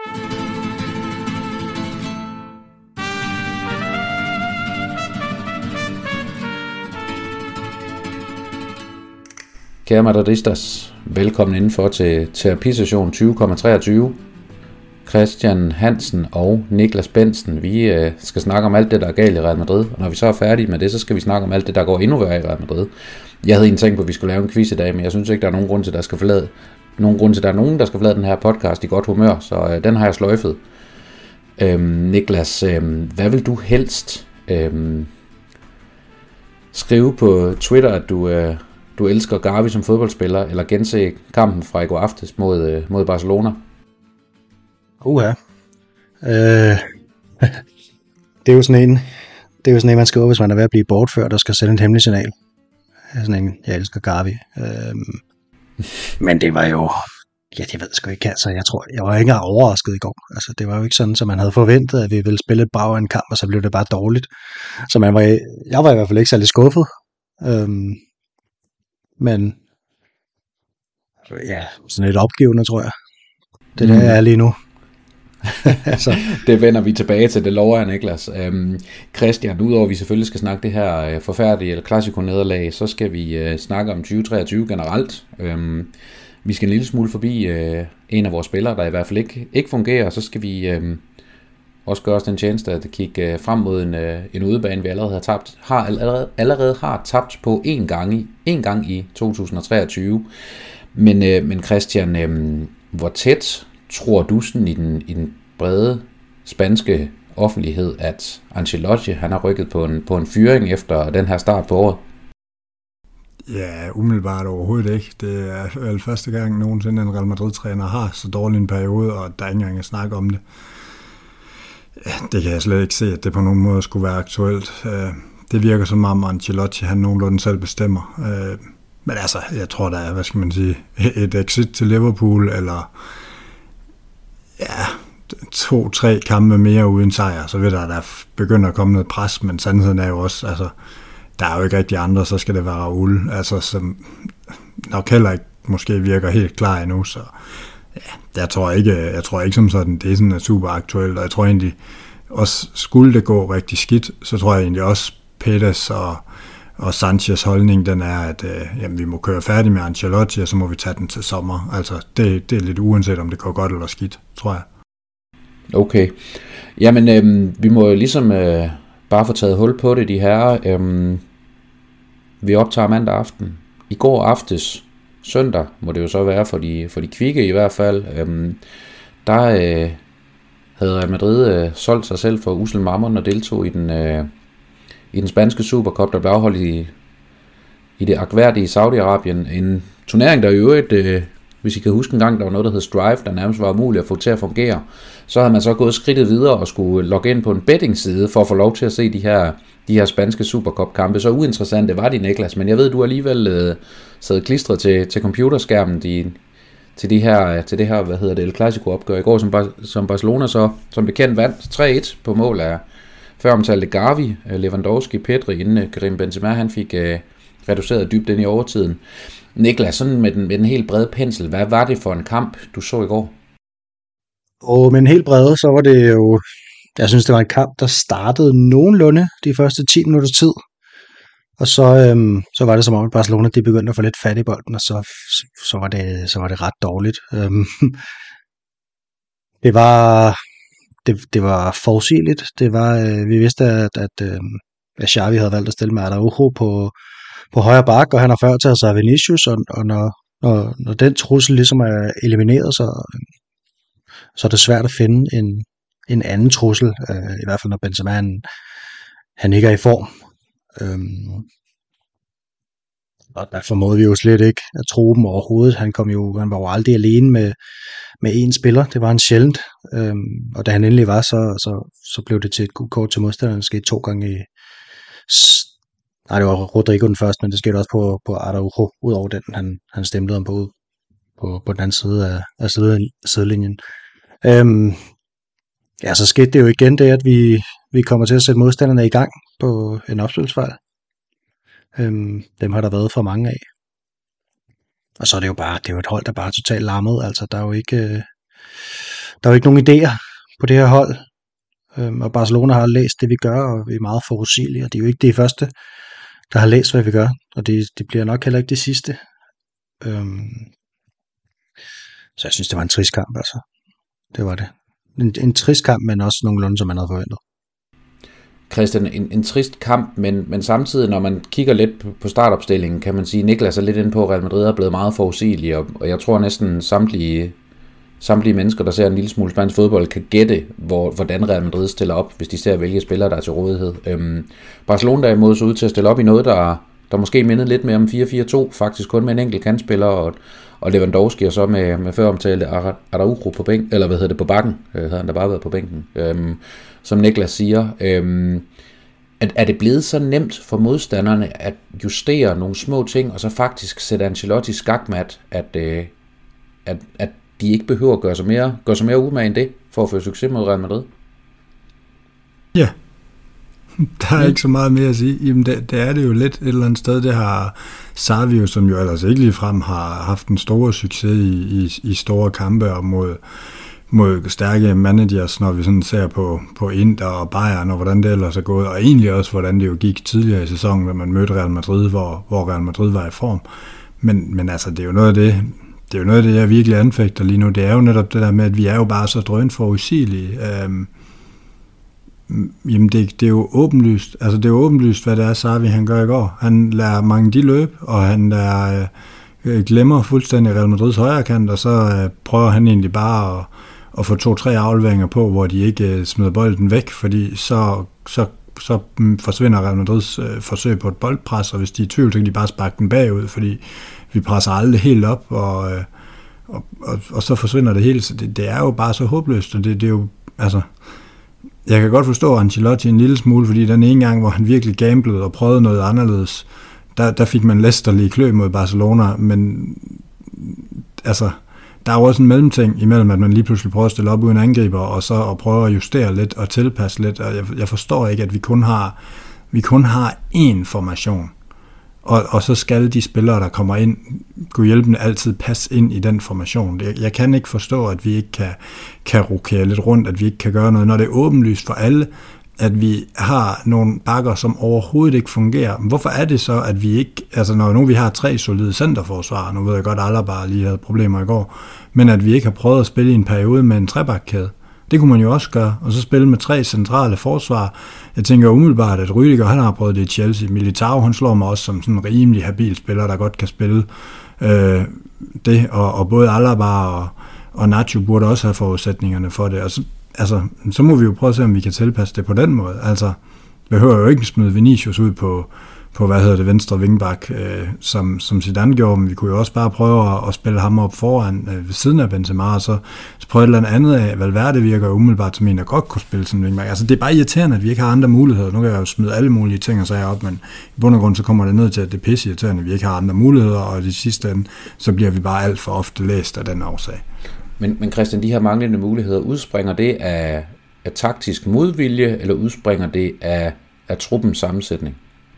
Kære madridistas, velkommen indenfor til terapisession 20,23. Christian Hansen og Niklas Bensen, vi skal snakke om alt det, der er galt i Real Madrid. Og når vi så er færdige med det, så skal vi snakke om alt det, der går endnu værre i Real Madrid. Jeg havde egentlig tænkt på, at vi skulle lave en quiz i dag, men jeg synes ikke, der er nogen grund til, der skal forlade den her podcast i godt humør, så den har jeg sløjfet. Niklas, hvad vil du helst skrive på Twitter, at du elsker Gavi som fodboldspiller, eller gense kampen fra i går aftes mod Barcelona? Det er jo sådan en, man skriver, hvis man er ved at blive bortført og skal sende et hemmeligt signal. Sådan en, jeg elsker Gavi. Men det var jo, jeg ved sgu ikke, altså jeg var ikke engang overrasket i går. Altså det var jo ikke sådan, som man havde forventet, at vi ville spille et brag af en kamp, og så blev det bare dårligt. Så jeg var i hvert fald ikke særlig skuffet. Men ja, sådan lidt opgivende, tror jeg. Det er der, jeg er lige nu. Altså. Det vender vi tilbage til, det lover jeg, Niklas. Christian, udover at vi selvfølgelig skal snakke det her forfærdelige eller klassiko-nederlag, så skal vi snakke om 2023 generelt. Vi skal en lille smule forbi en af vores spillere, der i hvert fald ikke fungerer, så skal vi også gøre os den tjeneste at kigge frem mod en udebane, vi allerede har tabt på en gang i 2023. Men Christian, hvor tæt tror du sådan i den brede spanske offentlighed, at Ancelotti han har rykket på en fyring efter den her start på året? Ja, umiddelbart overhovedet ikke. Det er vel første gang nogensinde en Real Madrid-træner har så dårlig en periode, og der er ikke engang at snakke om det. Det kan jeg slet ikke se, at det på nogen måde skulle være aktuelt. Det virker som om Ancelotti han nogenlunde selv bestemmer. Men altså, jeg tror der er, hvad skal man sige, et exit til Liverpool, eller 2-3 kampe mere uden sejr, så vil der begynde at komme noget pres, men sandheden er jo også, altså, der er jo ikke rigtig andre, så skal det være Raul, altså, som nok heller ikke måske virker helt klar endnu, så ja, jeg tror ikke som sådan, det er sådan super aktuelt, og jeg tror egentlig også, skulle det gå rigtig skidt, så tror jeg egentlig også, Peters og Sanchez holdning, den er, at jamen, vi må køre færdig med Ancelotti, og så må vi tage den til sommer. Altså, det er lidt uanset, om det går godt eller skidt, tror jeg. Okay. Jamen, vi må jo ligesom bare få taget hul på det, de her. Vi optager mandag aften. I går aftes, søndag, må det jo så være for de kvikke i hvert fald, der havde Real Madrid solgt sig selv for usel mammon og deltog i den spanske Supercup, der blev afholdt i det agtværdige Saudi-Arabien. En turnering, der i øvrigt, hvis I kan huske en gang, der var noget, der hed Strive, der nærmest var umuligt at få til at fungere. Så havde man så gået skridtet videre og skulle logge ind på en betting-side for at få lov til at se de her spanske Supercup-kampe. Så uinteressante var de, Niklas, men jeg ved, du alligevel sad klistret til computerskærmen til det her, hvad hedder det, El Clasico-opgør i går, som Barcelona så som bekendt vandt 3-1 på mål af før omtalte Gavi, Lewandowski, Pedri, inden Karim Benzema han fik reduceret dybt ind i overtiden. Niklas, sådan med den helt brede pensel, hvad var det for en kamp, du så i går? Og med en helt brede, så var det jo, jeg synes det var en kamp, der startede nogenlunde de første 10 minutter tid. Og så var det som om, at Barcelona de begyndte at få lidt fat i bolden, og så var det ret dårligt. Det var forudsigeligt. Det var, vi vidste, at Xavi havde valgt at stille med Araujo på højre bak, og han har før taget sig af Vinicius, og når den trussel ligesom er elimineret, så er det svært at finde en anden trussel, i hvert fald når Benzema han ikke er i form. Og der formåede vi jo slet ikke at tro dem overhovedet. Han var jo aldrig alene med én spiller. Det var han sjældent. Og da han endelig var, så blev det til et kort til modstanderen. Det skete 2 gange i... Nej, det var Rodrigo den første, men det skete også på Araujo, udover den, han stemte om på den anden side af sidelinjen. Ja, så skete det jo igen det, at vi kommer til at sætte modstanderne i gang på en opspilsfejl. Dem har der været for mange af. Og så er det jo et hold, der bare er totalt lammet. Altså, der der er jo ikke nogen idéer på det her hold, og Barcelona har læst det, vi gør, og vi er meget forudsigelige, og det er jo ikke det første, der har læst, hvad vi gør, og det bliver nok heller ikke det sidste. Så jeg synes, det var en trist kamp, altså. Det var det. En trist kamp, men også nogenlunde, som man havde forventet. Christian, en trist kamp, men samtidig, når man kigger lidt på startopstillingen, kan man sige, at Niklas er lidt inde på, at Real Madrid er blevet meget forudsigelig, og jeg tror næsten samtlige mennesker, der ser en lille smule spansk fodbold, kan gætte, hvordan Real Madrid stiller op, hvis de ser, hvilke spillere, der er til rådighed. Barcelona derimod så ud til at stille op i noget, der måske mindede lidt mere om 4-4-2, faktisk kun med en enkelt kantspiller, og Lewandowski, og så med før omtalte Araujo på bænken, eller hvad hedder det, på bakken, havde han da bare været på bænken, som Niklas siger. Er det blevet så nemt for modstanderne at justere nogle små ting, og så faktisk sætte Ancelotti skakmat, at de ikke behøver at gøre sig mere umage end det, for at få succes mod Real Madrid? Ja, der er ikke så meget mere at sige. Jamen, det er det jo lidt et eller andet sted. Det har Xavi, som jo ellers ikke ligefrem har haft en stor succes i store kampe og mod stærke managers, når vi sådan ser på Inter og Bayern, og hvordan det ellers er gået, og egentlig også, hvordan det jo gik tidligere i sæsonen, da man mødte Real Madrid, hvor Real Madrid var i form. Men altså, det er jo noget af det, jeg virkelig anfægter lige nu. Det er jo netop det der med, at vi er jo bare så drønforudsigelige. Jamen, det er jo åbenlyst. Altså, det er jo åbenlyst, hvad det er, Xavi han gør i går. Han lader mange de løb, og han glemmer fuldstændig Real Madrids højre kant, og så prøver han egentlig bare at få 2-3 afleveringer på, hvor de ikke smider bolden væk, fordi så forsvinder Real Madrids forsøg på et boldpres, og hvis de er i tvivl, så kan de bare sparke den bagud, fordi vi presser aldrig helt op, og så forsvinder det hele. Så det er jo bare så håbløst, og det er jo, altså, jeg kan godt forstå Ancelotti en lille smule, fordi den ene gang, hvor han virkelig gamblede og prøvede noget anderledes, der fik man læsterlige klø mod Barcelona, men altså, der er jo også en mellemting imellem, at man lige pludselig prøver at stille op uden angriber, og så at prøve at justere lidt og tilpasse lidt, og jeg forstår ikke, at vi kun har én formation, og så skal de spillere, der kommer ind, kunne hjælpende altid passe ind i den formation. Jeg kan ikke forstå, at vi ikke kan rokere lidt rundt, at vi ikke kan gøre noget, når det er åbenlyst for alle, at vi har nogle bakker, som overhovedet ikke fungerer. Hvorfor er det så, at vi ikke, altså når nu vi har 3 solide centerforsvar, nu ved jeg godt, at Alaba lige havde problemer i går, men at vi ikke har prøvet at spille i en periode med en trebakkæde, det kunne man jo også gøre, og så spille med 3 centrale forsvar. Jeg tænker umiddelbart, at Rüdiger, han har prøvet det i Chelsea. Militao, han slår mig også som sådan en rimelig habil spiller, der godt kan spille det, og både Alaba og Nacho burde også have forudsætningerne for det, og så må vi jo prøve at se, om vi kan tilpasse det på den måde. Altså, behøver jo ikke smide Vinicius ud på venstre vingbak, som Zidane gjorde, men vi kunne jo også bare prøve at spille ham op foran ved siden af Benzema, og så prøve et eller andet af. Valverde virker umiddelbart som en, der godt kunne spille sådan en vingbak. Altså, det er bare irriterende, at vi ikke har andre muligheder. Nu kan jeg jo smide alle mulige ting og sager op, men i bund og grund så kommer det ned til, at det er pisse irriterende, at vi ikke har andre muligheder, og i sidste ende, så bliver vi bare alt for ofte læst af den årsag. Men Christian, de her manglende muligheder, udspringer det af taktisk modvilje, eller udspringer det af truppens sammensætning?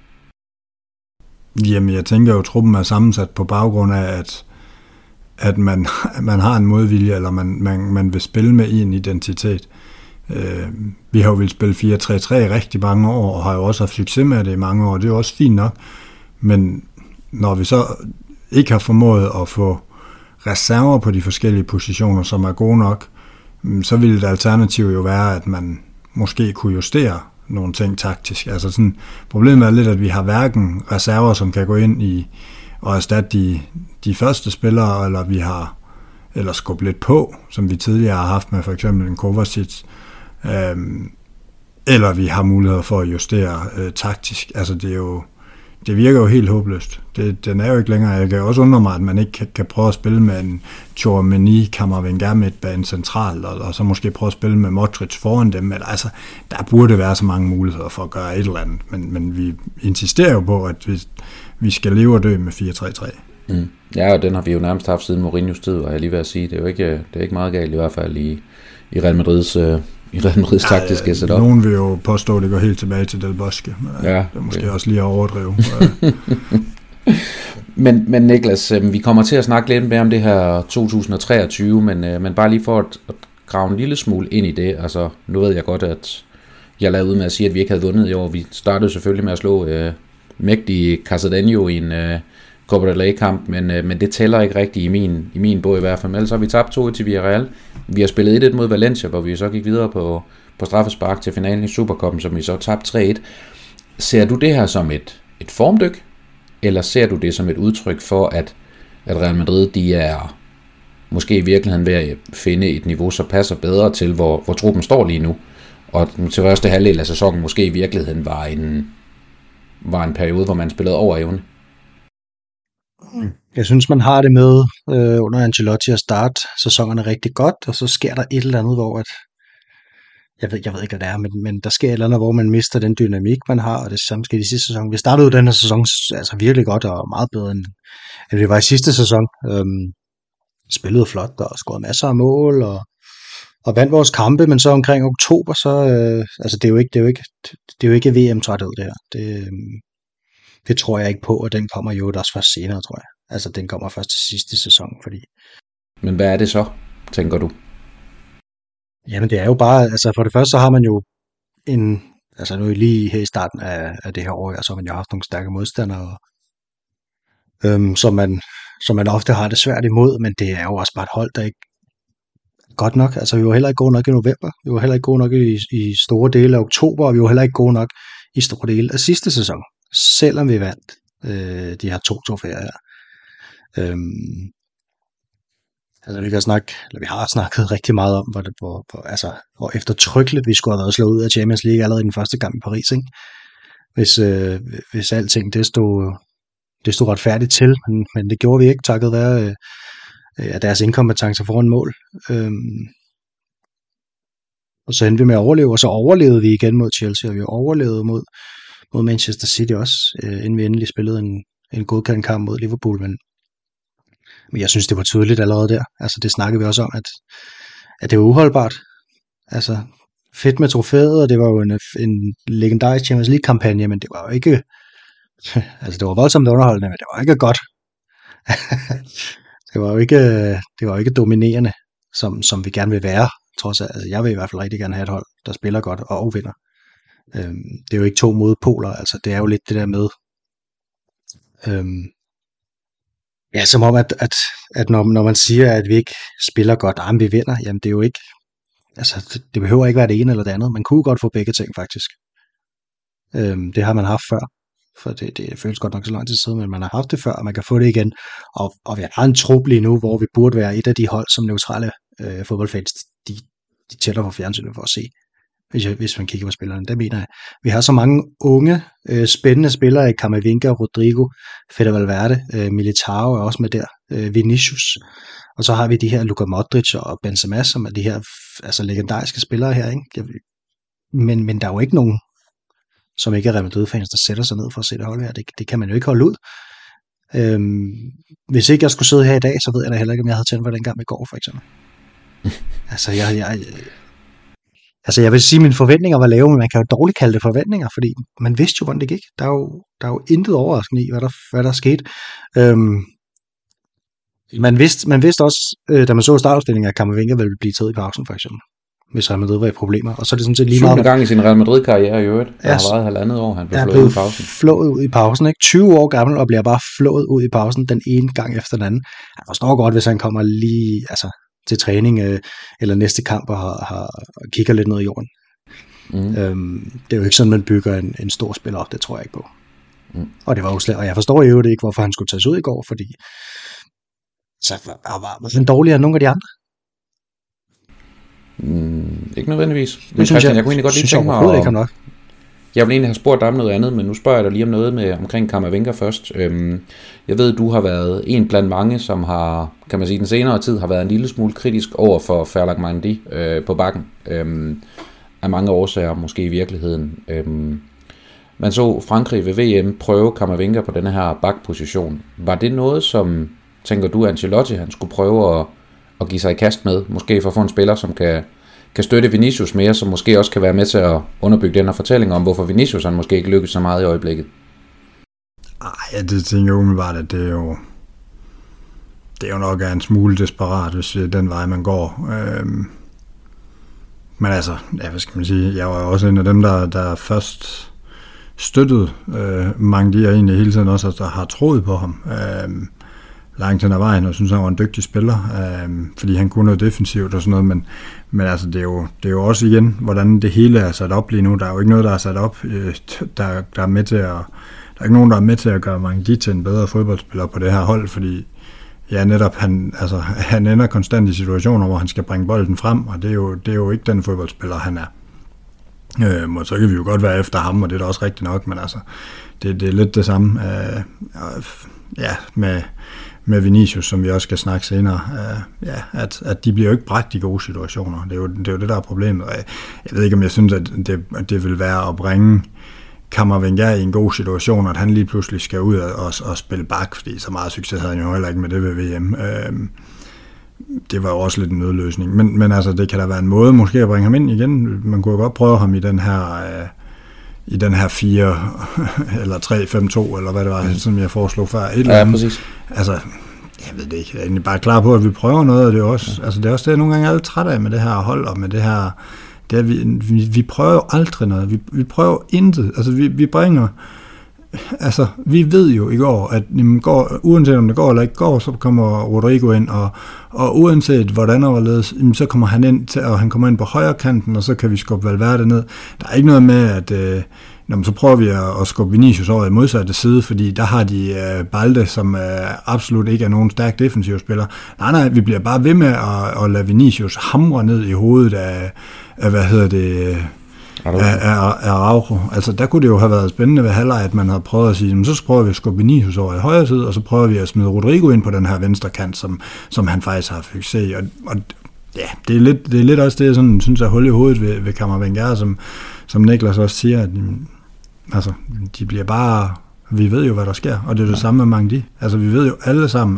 Jamen, jeg tænker jo, at truppen er sammensat på baggrund af, at man har en modvilje, eller man vil spille med en identitet. Vi har jo vil spille 4-3-3 rigtig mange år, og har jo også haft succes med det i mange år. Det er jo også fint nok. Men når vi så ikke har formået at få reserver på de forskellige positioner, som er gode nok, så ville et alternativ jo være, at man måske kunne justere nogle ting taktisk. Altså sådan, problemet er lidt, at vi har hverken reserver, som kan gå ind i og erstatte de første spillere, eller skubbe lidt på, som vi tidligere har haft med for eksempel en Kovacic, eller vi har muligheder for at justere taktisk. Altså det virker jo helt håbløst. Den er jo ikke længere. Jeg kan også undre mig, at man ikke kan prøve at spille med en Tchouaméni, Camavinga midtbane central, og så måske prøve at spille med Modric foran dem. Eller, altså, der burde være så mange muligheder for at gøre et eller andet, men vi insisterer jo på, at vi skal leve og dø med 4-3-3. Mm. Ja, og den har vi jo nærmest haft siden Mourinho's tid, og jeg lige ved at sige, det er ikke meget galt i hvert fald i Real Madrids taktiske setup. Nogen vil jo påstå, at det går helt tilbage til Del Bosque, men det er måske også lige at overdrive. men Niklas, vi kommer til at snakke lidt mere om det her 2023, men bare lige for at grave en lille smule ind i det? Altså, nu ved jeg godt, at jeg lavede ud med at sige, at vi ikke havde vundet i år. Vi startede selvfølgelig med at slå mægtige Casadinho i en Copa del Rey-kamp, men det tæller ikke rigtigt i min bog i hvert fald. Ellers har vi tabt 2 til Villarreal. Vi har spillet 1-1 mod Valencia, hvor vi så gik videre på straffespark til finalen i Supercuppen, som vi så tabte 3-1. Ser du det her som et formdyk, eller ser du det som et udtryk for, at Real Madrid, de er måske i virkeligheden ved at finde et niveau, så passer bedre til, hvor truppen står lige nu, og til første halvdel af sæsonen måske i virkeligheden var en periode, hvor man spillede over evne? Jeg synes, man har det med under Ancelotti at starte sæsonerne rigtig godt, og så sker der et eller andet, hvor jeg ved ikke, hvad det er, men der sker et eller andet, hvor man mister den dynamik, man har, og det samme sker i sidste sæson. Vi startede den her sæson altså virkelig godt, og meget bedre end det var i sidste sæson. Spillede flot, og scorede masser af mål, og vandt vores kampe, men så omkring oktober, så altså det er jo ikke VM-træthed, det her. Det tror jeg ikke på, og den kommer jo også først senere, tror jeg. Altså, den kommer først til sidste sæson, fordi... Men hvad er det så, tænker du? Jamen, det er jo bare... Altså, for det første, så har man jo altså, nu lige her i starten af det her år, så har man jo haft nogle stærke modstandere, som man ofte har det svært imod, men det er jo også bare et hold, der ikke godt nok. Altså, vi var heller ikke gode nok i november, vi var heller ikke gode nok i store dele af oktober, og vi var heller ikke gode nok i store dele af sidste sæson, selvom vi vandt de her 2 trofæer her. Altså, vi har snakket rigtig meget om, hvor eftertrykkeligt vi skulle have været slået ud af Champions League allerede i den første kamp i Paris, ikke? Hvis alting det stod retfærdigt til, men det gjorde vi ikke, takket være deres inkompetence foran mål. Og så endte vi med at overleve, og så overlevede vi igen mod Chelsea, og vi overlevede mod Manchester City også, inden vi endelig spillede en godkendt kamp mod Liverpool, men jeg synes, det var tydeligt allerede der. Altså, det snakkede vi også om, at det var uholdbart. Altså, fedt med trofæet, og det var jo en legendarisk Champions League-kampagne, men det var jo ikke... Altså, det var voldsomt underholdende, men det var ikke godt. det var jo ikke dominerende, som vi gerne vil være, trods alt. Altså, jeg vil i hvert fald rigtig gerne have et hold, der spiller godt og vinder. Det er jo ikke 2 modpoler, altså det er jo lidt det der med, ja, som om at når man siger, at vi ikke spiller godt, men vi vinder, jamen det er jo ikke, altså det behøver ikke være det ene eller det andet, man kunne godt få begge ting faktisk. Det har man haft før, for det føles godt nok så lang tid siden, men man har haft det før, og man kan få det igen, og vi har en trup lige nu, hvor vi burde være et af de hold, som neutrale fodboldfans, de tæller på fjernsynet for at se. Hvis man kigger på spillerne, det mener jeg. Vi har så mange unge, spændende spillere i Camavinga, Rodrigo, Fede Valverde, Militao er også med der, Vinicius, og så har vi de her Luka Modric og Benzema, som er de her altså legendariske spillere her, ikke? Men der er jo ikke nogen, som ikke er Real Madrid-fans, der sætter sig ned for at se det hold her. Det kan man jo ikke holde ud. Hvis ikke jeg skulle sidde her i dag, så ved jeg da heller ikke, om jeg havde tændt for den gang i går, for eksempel. Altså, jeg vil sige, at mine forventninger var lave, men man kan jo dårligt kalde det forventninger, fordi man vidste jo, hvordan det gik. Der er jo intet overraskende i, hvad der skete. Man vidste også, da man så startopstillingen, at Camavinga ville blive taget i pausen, for eksempel, hvis Real Madrid var i problemer. Og så er det sådan set lige meget... 7. gang i sin Real Madrid-karriere i øvrigt. Der har været 1,5 år, han blev flået ud i pausen. Flået ud i pausen, ikke? 20 år gammel og bliver bare flået ud i pausen den ene gang efter den anden. Jeg forstår godt, hvis han kommer lige... Altså, til træning eller næste kamp og kigger lidt ned i jorden. Det er jo ikke sådan, man bygger en stor spiller op, det tror jeg ikke på. Og det var jo slet, og jeg forstår jo ikke, hvorfor han skulle tages ud i går, fordi så var han dårligere end nogle af de andre. Ikke nødvendigvis. Men jeg kunne egentlig godt lige tænke mig ikke nok. Jeg vil egentlig have spurgt dig om noget andet, men nu spørger jeg dig lige om noget omkring Camavinga først. Jeg ved, du har været en blandt mange, som har, kan man sige, den senere tid har været en lille smule kritisk over for Ferland Mendy på bakken. Af mange årsager, måske i virkeligheden. Man så Frankrig ved VM prøve Camavinga på denne her bakposition. Var det noget, som, tænker du, Ancelotti, han skulle prøve at give sig i kast med? Måske for at få en spiller, som kan støtte Vinicius mere, som måske også kan være med til at underbygge den her fortælling om, hvorfor Vinicius han måske ikke lykkes så meget i øjeblikket. Ja, det tænker jeg umiddelbart, at det er jo nok en smule desperat, hvis det er den vej, man går. Men altså, ja, hvad skal man sige, jeg var også en af dem, der først støttede Mangdi, og egentlig hele tiden også, der har troet på ham langt hen ad vejen, og synes, han var en dygtig spiller, fordi han kunne noget defensivt og sådan noget, men altså, det er jo også igen, hvordan det hele er sat op lige nu. Der er jo ikke noget, der er sat op, der er med til at, der er ikke nogen, der er med til at gøre Mangdi til en bedre fodboldspiller på det her hold, fordi ja, netop han ender konstant i situationer, hvor han skal bringe bolden frem, og det er jo ikke den fodboldspiller, han er. Så kan vi jo godt være efter ham, og det er da også rigtigt nok, men altså, det er lidt det samme med Vinicius, som vi også skal snakke senere, at de bliver jo ikke bragt i gode situationer. Det er jo det, der er problemet. Jeg ved ikke, om jeg synes, at det vil være at bringe Camavinga i en god situation, at han lige pludselig skal ud og spille bak, fordi så meget succes havde han jo heller ikke med det ved VM. Det var jo også lidt en nødløsning. Men altså, det kan da være en måde måske at bringe ham ind igen. Man kunne godt prøve ham i den her 4 eller 3-5-2, eller hvad det var, som jeg foreslog før. Ja, præcis. Altså, jeg ved det ikke. Jeg er egentlig bare klar på, at vi prøver noget, og det er også, altså, det er også det, jeg nogle gange er lidt træt af med det her hold, og med det her, det er, vi prøver jo aldrig noget. Vi prøver intet. Altså, vi bringer, altså, vi ved jo i går, at uanset om det går eller ikke går, så kommer Rodrigo ind, og uanset hvordan og hvorledes, så kommer han ind og han kommer ind på højre kanten, og så kan vi skubbe Valverde ned. Der er ikke noget med, at så prøver vi at skubbe Vinicius over i modsatte side, fordi der har de Balde, som absolut ikke er nogen stærk defensiv spiller. Nej, vi bliver bare ved med at lade Vinicius hamre ned i hovedet af Araujo. Altså, der kunne det jo have været spændende ved halvleg, at man havde prøvet at sige, så prøver vi at skubbe Vinicius over i højre side, og så prøver vi at smide Rodrigo ind på den her venstre kant, som han faktisk har succes. Og ja, det er lidt også det, jeg sådan, synes er hul i hovedet ved Camavinga, som Niklas også siger, at altså, de bliver bare, vi ved jo, hvad der sker, og det er det samme med Mangdi. Altså, vi ved jo alle sammen,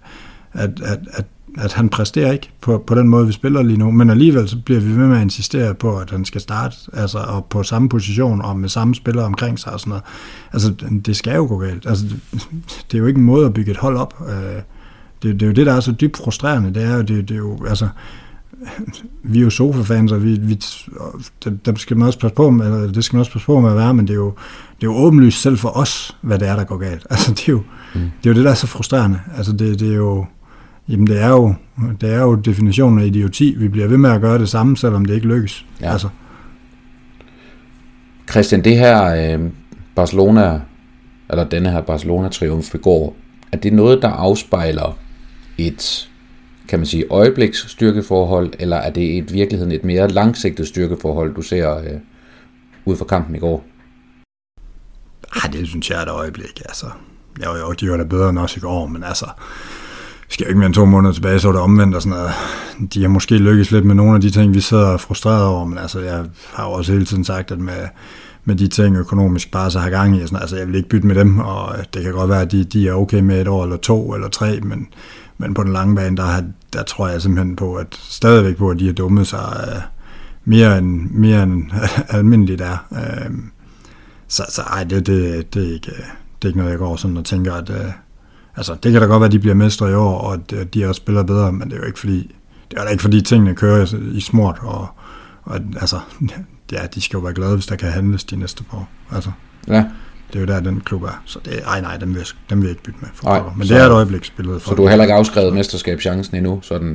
at han præsterer ikke på den måde, vi spiller lige nu, men alligevel så bliver vi ved med at insistere på, at han skal starte, altså, og på samme position, og med samme spillere omkring sig og sådan noget. Altså, det skal jo gå galt. Altså, det er jo ikke en måde at bygge et hold op. Det er jo det, der er så dybt frustrerende. Det er jo, altså, vi er jo sofa-fans, og dem skal man også passe på med, eller det skal man også passe på med at være, men det er jo åbenlyst selv for os, hvad det er, der går galt. Altså, det er jo det, der er så frustrerende. Altså, det er jo, jamen, det er jo definitionen af idioti. Vi bliver ved med at gøre det samme, selvom det ikke lykkes. Ja. Altså. Christian, det her Barcelona, eller denne her Barcelona-triumf i går, er det noget, der afspejler et, kan man sige, øjebliks styrkeforhold, eller er det i virkeligheden et mere langsigtet styrkeforhold, du ser ud fra kampen i går? Det synes jeg er et øjeblik. Altså, de var da bedre end os i går, men altså, skal jo ikke mere end 2 måneder tilbage, så var det omvendt og sådan noget. De har måske lykkes lidt med nogle af de ting, vi sidder frustreret over, men altså, jeg har jo også hele tiden sagt, at med de ting økonomisk bare så har gang i, sådan, altså, jeg vil ikke bytte med dem, og det kan godt være, at de er okay med 1 år eller 2 eller 3, men på den lange bane, der tror jeg simpelthen på, at stadigvæk på, at de har dummet sig mere end almindeligt er. Så ej, det er ikke noget, jeg går sådan og tænker, at altså, det kan da godt være, at de bliver mestre i år, og at de også spiller bedre, men det er jo ikke fordi, tingene kører i smurt, og altså, ja, de skal jo være glade, hvis der kan handles de næste par år. Altså, ja. Det er jo der, den klub er. Så det nej, dem vil jeg ikke bytte med. Men det er et øjebliksbillede. Så du har heller ikke afskrevet mesterskabschancen endnu? Sådan,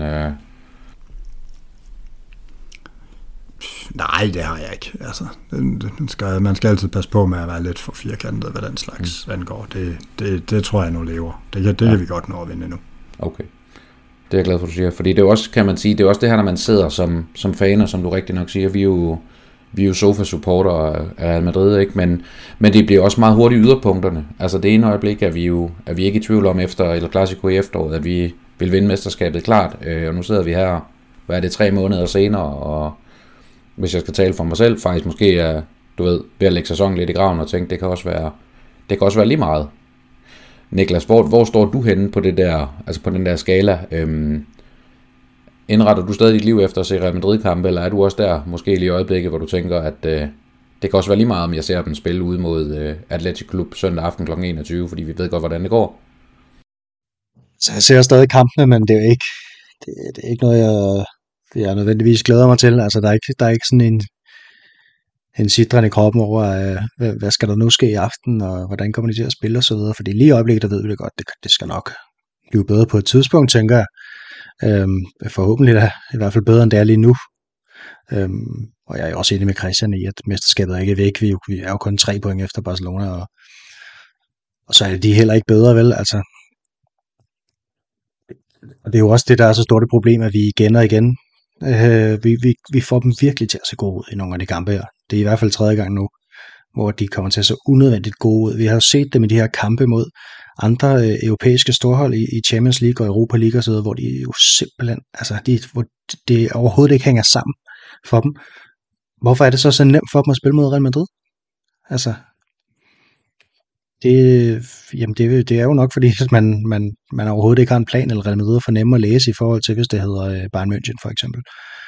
Nej, det har jeg ikke. Altså, man skal altid passe på med at være lidt for firkantet, hvad den slags angår. Det tror jeg nu lever. Det kan vi godt nå at vinde nu. Okay. Det er jeg glad for, du siger. Fordi det er også, kan man sige, det er også det her, når man sidder som faner, som du rigtig nok siger, vi er jo sofa-supportere af Real Madrid, ikke? Men det bliver også meget hurtigt yderpunkterne. Altså det ene øjeblik er vi ikke i tvivl om efter El Clasico i efteråret, at vi vil vinde mesterskabet klart. Og nu sidder vi her, hvad er det, 3 måneder senere, og hvis jeg skal tale for mig selv, faktisk måske er, du ved, ved at lægge sæsonen lidt i graven og tænke, det kan også være lige meget. Niklas, hvor står du henne på det der, altså på den der skala? Indretter du stadig dit liv efter at se Real Madrid-kampe, eller er du også der, måske lige i øjeblikket, hvor du tænker, at det kan også være lige meget, om jeg ser dem spille ude mod Athletic Club søndag aften kl. 21, fordi vi ved godt, hvordan det går? Så jeg ser stadig kampene, men det er ikke noget, jeg nødvendigvis glæder mig til. Altså, der er ikke sådan en sidren i kroppen over, hvad skal der nu ske i aften, og hvordan kommer de til at spille og så videre. Fordi lige i øjeblikket, der ved vi det godt, det skal nok blive bedre på et tidspunkt, tænker jeg. Forhåbentlig da, i hvert fald bedre end det er lige nu. Og jeg er også enig med Christian i, at mesterskabet er ikke væk. Vi er jo kun 3 point efter Barcelona, og så er de heller ikke bedre, vel? Altså, og det er jo også det, der er så stort et problem, at vi igen og igen, vi får dem virkelig til at se gode ud i nogle af de kampe her. Det er i hvert fald 3. gang nu, hvor de kommer til at se unødvendigt gode ud. Vi har jo set dem i de her kampe mod andre europæiske storhold i Champions League og Europa League og så videre, hvor de jo simpelthen, altså hvor det overhovedet ikke hænger sammen for dem. Hvorfor er det så nemt for dem at spille mod Real Madrid? Altså, det er jo nok fordi, at man overhovedet ikke har en plan, eller Real Madrid for nemme at læse i forhold til, hvis det hedder Bayern München for eksempel.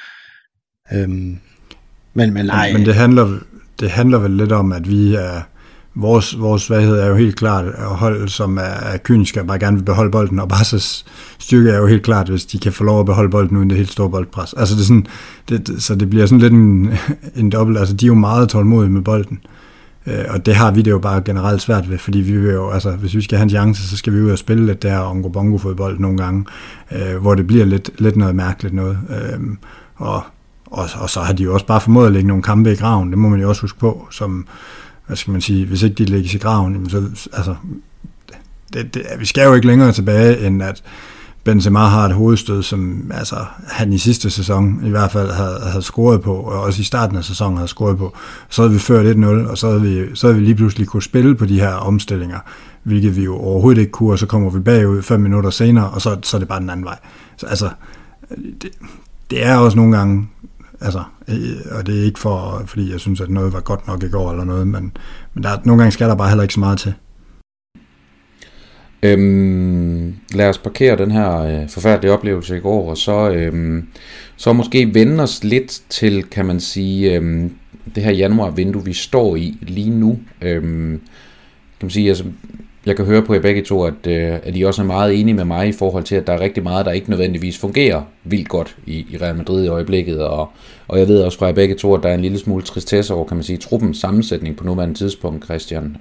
Men nej. Men det handler vel lidt om, at vi er vores svaghed er jo helt klart at hold, som er kyniske og bare gerne vil beholde bolden, og Barca's styrke er jo helt klart, hvis de kan få lov at beholde bolden uden det helt store boldpres. Altså det er sådan, så det bliver sådan lidt en dobbelt. Altså de er jo meget tålmodige med bolden. Og det har vi det jo bare generelt svært ved, fordi vi vil jo, altså hvis vi skal have en chance, så skal vi ud og spille lidt der ongo-bongo fodbold nogle gange, hvor det bliver lidt noget mærkeligt noget. Og så har de jo også bare formået at lægge nogle kampe i graven, det må man jo også huske på, som, hvad skal man sige, hvis ikke de lægges i graven, så altså, vi skal jo ikke længere tilbage, end at Benzema har et hovedstød, som altså, han i sidste sæson i hvert fald havde scoret på, og også i starten af sæsonen havde scoret på. Så havde vi ført 1-0, og så havde vi lige pludselig kunne spille på de her omstillinger, hvilket vi jo overhovedet ikke kunne, og så kommer vi bagud 5 minutter senere, og så er det bare den anden vej. Så altså, det er også nogle gange, altså, og det er ikke fordi jeg synes, at noget var godt nok i går eller noget, men nogle gange skal der bare heller ikke så meget til. Lad os parkere den her forfærdelige oplevelse i går, og så måske vende os lidt til, kan man sige, det her januarvindue, vi står i lige nu. Kan man sige, altså, jeg kan høre på jer begge to, at I også er meget enige med mig i forhold til, at der er rigtig meget, der ikke nødvendigvis fungerer vildt godt i Real Madrid i øjeblikket, og jeg ved også fra jer begge to, at der er en lille smule tristesse over, kan man sige, truppens sammensætning på nuværende tidspunkt, Christian.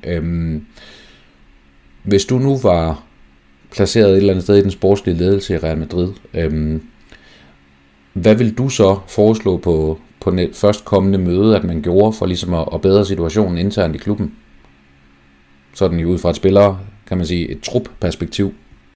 Hvis du nu var placeret et eller andet sted i den sportslige ledelse i Real Madrid, hvad vil du så foreslå på førstkommende møde, at man gjorde for ligesom at bedre situationen internt i klubben? Sådan jo ud fra et spiller, kan man sige, et trupperspektiv.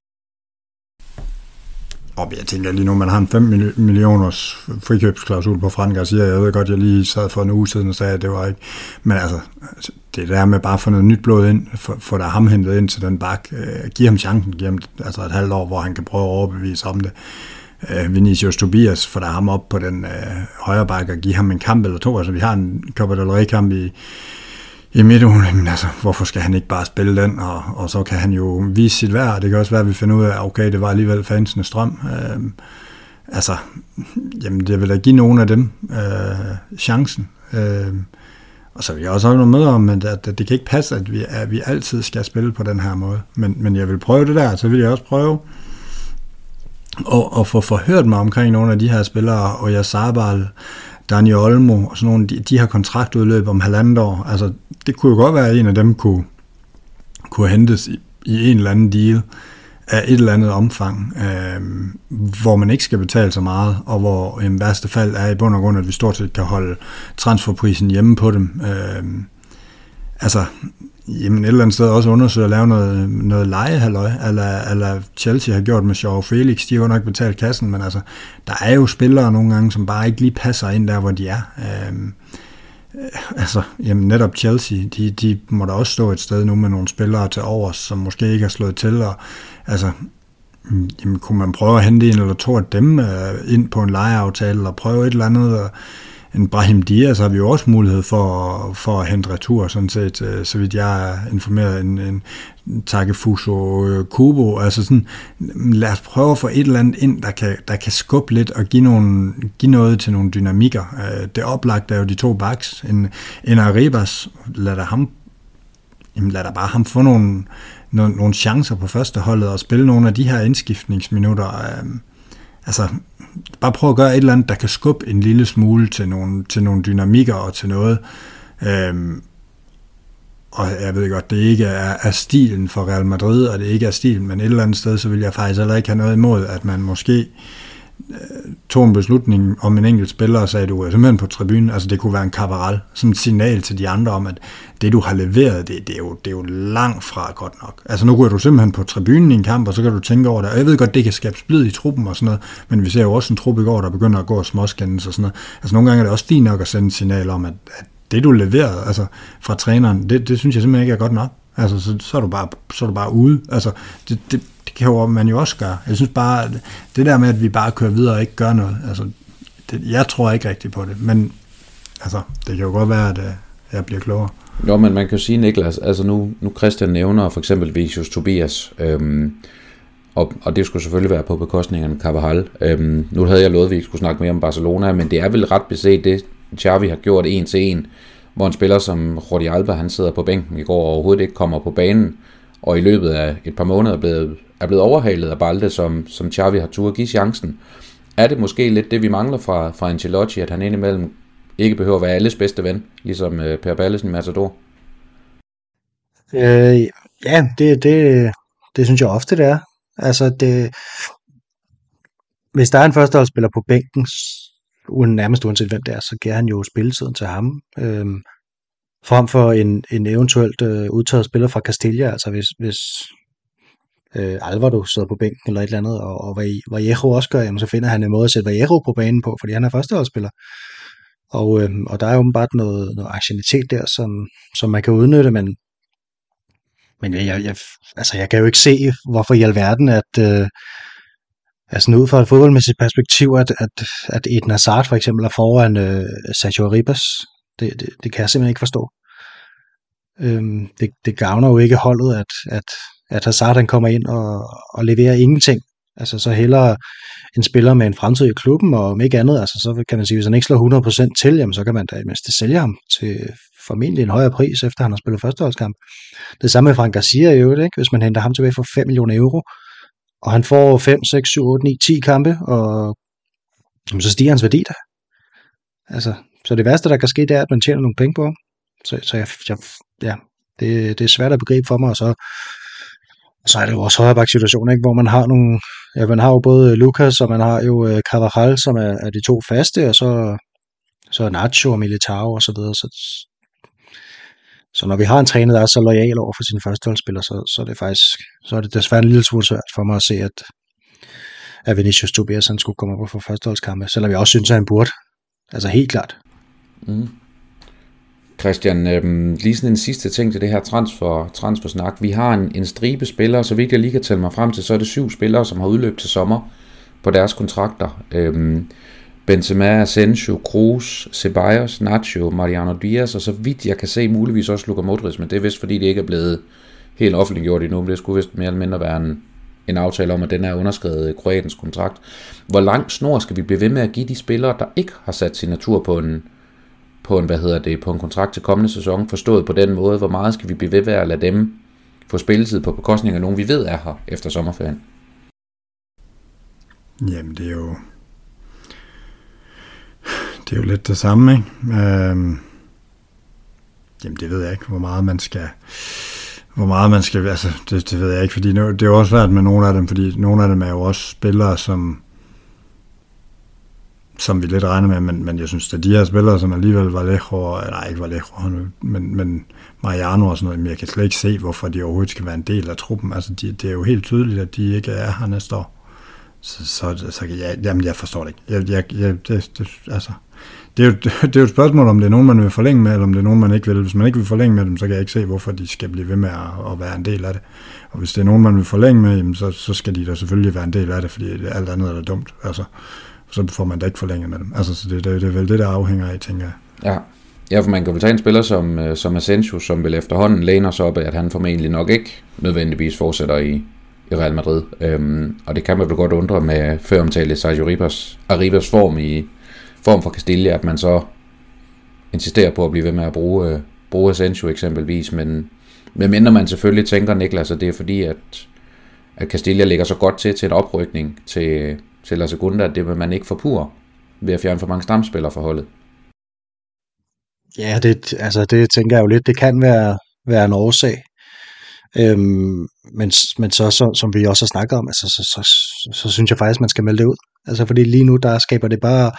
Og jeg tænker lige nu, man har en 5 millioners frikøbsklausul på Fran Garcia. Jeg ved godt, jeg lige sad for en uge siden og sagde, at det var ikke. Men altså, det der med bare at få noget nyt blod ind, få der ham hentet ind til den bak, give ham chancen, give ham altså et halvt år, hvor han kan prøve at overbevise om det. Vinicius Tobias, få der ham op på den højre bak og give ham en kamp eller to. Altså, vi har en Copa del Rey-kamp i midtugen, men altså, hvorfor skal han ikke bare spille den, og så kan han jo vise sit værd. Det kan også være, at vi finder ud af, okay, det var alligevel fansenes drøm. Altså, jamen, det vil da give nogen af dem chancen. Og så vil jeg også holde noget med om, at det kan ikke passe, at vi altid skal spille på den her måde. Men jeg vil prøve det der, så vil jeg også prøve at få forhørt mig omkring nogle af de her spillere, og jeg Sabal, Dani Olmo og sådan nogle, de har kontraktudløb om 1,5 år. Altså, det kunne jo godt være, at en af dem kunne hentes i en eller anden deal af et eller andet omfang, hvor man ikke skal betale så meget, og hvor i værste fald er i bund og grund, at vi stort set kan holde transferprisen hjemme på dem. Altså, jamen et eller andet sted også undersøge at lave noget lejehalløj, eller Chelsea har gjort med Joao Felix. De har jo nok betalt kassen, men altså, der er jo spillere nogle gange, som bare ikke lige passer ind der, hvor de er. Altså, jamen netop Chelsea, de må da også stå et sted nu med nogle spillere til overs, som måske ikke har slået til, og altså, jamen, kunne man prøve at hente en eller to af dem ind på en lejeaftale, eller prøve et eller andet, og en Brahim Diaz har vi jo også mulighed for at hente retur, sådan set, så vidt jeg er informeret, en Takefuso Kubo, altså sådan, lad os prøve at få et eller andet ind, der kan skubbe lidt og give noget til nogle dynamikker. Det oplagte er jo de 2 backs, en Arribas, lad da bare ham få nogle chancer på første holdet og spille nogle af de her indskiftningsminutter. Altså, bare prøve at gøre et eller andet, der kan skubbe en lille smule til nogle dynamikker og til noget. Og jeg ved godt, det ikke er stilen for Real Madrid, og det ikke er stilen, men et eller andet sted, så vil jeg faktisk heller ikke have noget imod, at man måske tog en beslutning om en enkelt spiller og sagde, at du er simpelthen på tribunen, altså det kunne være en Cabral, som et signal til de andre om, at det du har leveret, det er jo langt fra godt nok. Altså nu går du simpelthen på tribunen i en kamp, og så kan du tænke over det, og jeg ved godt, det kan skabe splid i truppen og sådan noget, men vi ser jo også en truppe i går, der begynder at gå og småskændes og sådan noget. Altså nogle gange er det også fint nok at sende et signal om, at det du leverede, altså fra træneren, det synes jeg simpelthen ikke er godt nok. Altså så er du bare ude. Altså det kan jo man jo også gøre. Jeg synes bare, det der med, at vi bare kører videre og ikke gør noget, altså jeg tror ikke rigtigt på det, men altså det kan jo godt være, at jeg bliver klogere. Jo, men man kan jo sige, Niklas, altså nu Christian nævner for eksempel Vinicius Tobias, og det skulle selvfølgelig være på bekostning af Carvajal. Nu havde jeg lovet, at vi ikke skulle snakke mere om Barcelona, men det er vel ret beset det, Xavi har gjort 1-1, hvor en spiller som Jordi Alba, han sidder på bænken i går og overhovedet ikke kommer på banen, og i løbet af et par måneder er blevet overhalet af Balde, som Xavi har turde give chancen. Er det måske lidt det, vi mangler fra Ancelotti, at han indimellem ikke behøver at være alles bedste ven, ligesom Per Ballesen i Matador? Ja, det synes jeg ofte, det er. Altså, hvis der er en førsteholdsspiller på bænken, nærmest uanset hvem det er, så giver han jo spilletiden til ham. Frem for en eventuelt udtaget spiller fra Castilla, altså hvis Alvaro sidder på bænken eller et eller andet, og Vallejo også gør, jamen, så finder han en måde at sætte Vallejo på banen på, fordi han er førsteholdsspiller. Og der er åbenbart noget aktivitet der, som man kan udnytte, men jeg kan jo ikke se, hvorfor i alverden, at altså ud fra et fodboldmæssigt perspektiv, at Eden Hazard for eksempel er foran Sergio Arribas, det kan jeg simpelthen ikke forstå. Det gavner jo ikke holdet, at Hazard han kommer ind og leverer ingenting. Altså så hellere en spiller med en fremtid i klubben, og om ikke andet, altså så kan man sige, hvis han ikke slår 100% til, jamen så kan man da mindst sælge ham til formentlig en højere pris, efter han har spillet førsteholdskamp. Det samme med Frank Garcia i øvrigt, ikke? Hvis man henter ham tilbage for 5 millioner euro, og han får 5, 6, 7, 8, 9, 10 kampe, og jamen, så stiger hans værdi der. Altså, så det værste, der kan ske, det er, at man tjener nogle penge på ham. Det er svært at begribe for mig, og så er det jo også højreback-situationer, ikke? Hvor man har nogle, ja, man har jo både Lucas, og man har jo Carvajal, som er de to faste, og så Nacho og Militao og så videre. Så når vi har en træner, der er så loyal over for sine førsteholdsspillere, så er det desværre en lille smule svært for mig at se, at Vinicius Tobias han skulle komme op og få førsteholdskampe, selvom jeg også synes, at han burde. Altså helt klart. Mm. Christian, lige sådan en sidste ting til det her transfersnak. Vi har en stribe spillere, så vidt jeg lige kan tælle mig frem til, så er det 7 spillere, som har udløb til sommer på deres kontrakter. Benzema, Asensio, Kroos, Ceballos, Nacho, Mariano Diaz, og så vidt jeg kan se, muligvis også Luka Modric, men det er vist fordi det ikke er blevet helt offentliggjort endnu, men det skulle vist mere eller mindre være en aftale om, at den er underskrevet Kroatens kontrakt. Hvor lang snor skal vi blive ved med at give de spillere, der ikke har sat signatur på en kontrakt til kommende sæson, forstået på den måde, hvor meget skal vi blive ved med at lade dem få spilletid på bekostning af nogen, vi ved er her efter sommerferien? Jamen, det er jo lidt det samme, ikke? Jamen, det ved jeg ikke, hvor meget man skal, altså, det ved jeg ikke, fordi det er jo også svært med nogle af dem, fordi nogle af dem er jo også spillere, som vi lidt regner med, men jeg synes, at de her spillere, som alligevel men Mariano og sådan noget, men jeg kan slet ikke se, hvorfor de overhovedet skal være en del af truppen. Altså, det er jo helt tydeligt, at de ikke er her næste år. Jamen, jeg forstår det ikke. Det er jo et spørgsmål, om det er nogen, man vil forlænge med, eller om det er nogen, man ikke vil. Hvis man ikke vil forlænge med dem, så kan jeg ikke se, hvorfor de skal blive ved med at være en del af det. Og hvis det er nogen, man vil forlænge med, jamen, så skal de da selvfølgelig være en del af det, fordi alt andet er da dumt. Altså, så får man da ikke forlænget med dem. Altså, så det er vel det, der afhænger af, tænker jeg. Ja, for man kan vel tage en spiller som Asensio, som vil efterhånden læner sig op af, at han formentlig nok ikke nødvendigvis fortsætter i Real Madrid. Og det kan man vel godt undre med føromtalte Sergio Arribas form for Castilla, at man så insisterer på at blive ved med at bruge Asensio eksempelvis, men mindre man selvfølgelig tænker, Niklas, at det er fordi, at Castilla ligger så godt til en oprykning til til La Segunda, at det vil man ikke forpure ved at fjerne for mange stamspillere fra holdet. Ja, det tænker jeg jo lidt, det kan være en årsag. Men så, som vi også har snakket om, altså, så synes jeg faktisk, man skal melde det ud. Altså, fordi lige nu, der skaber det bare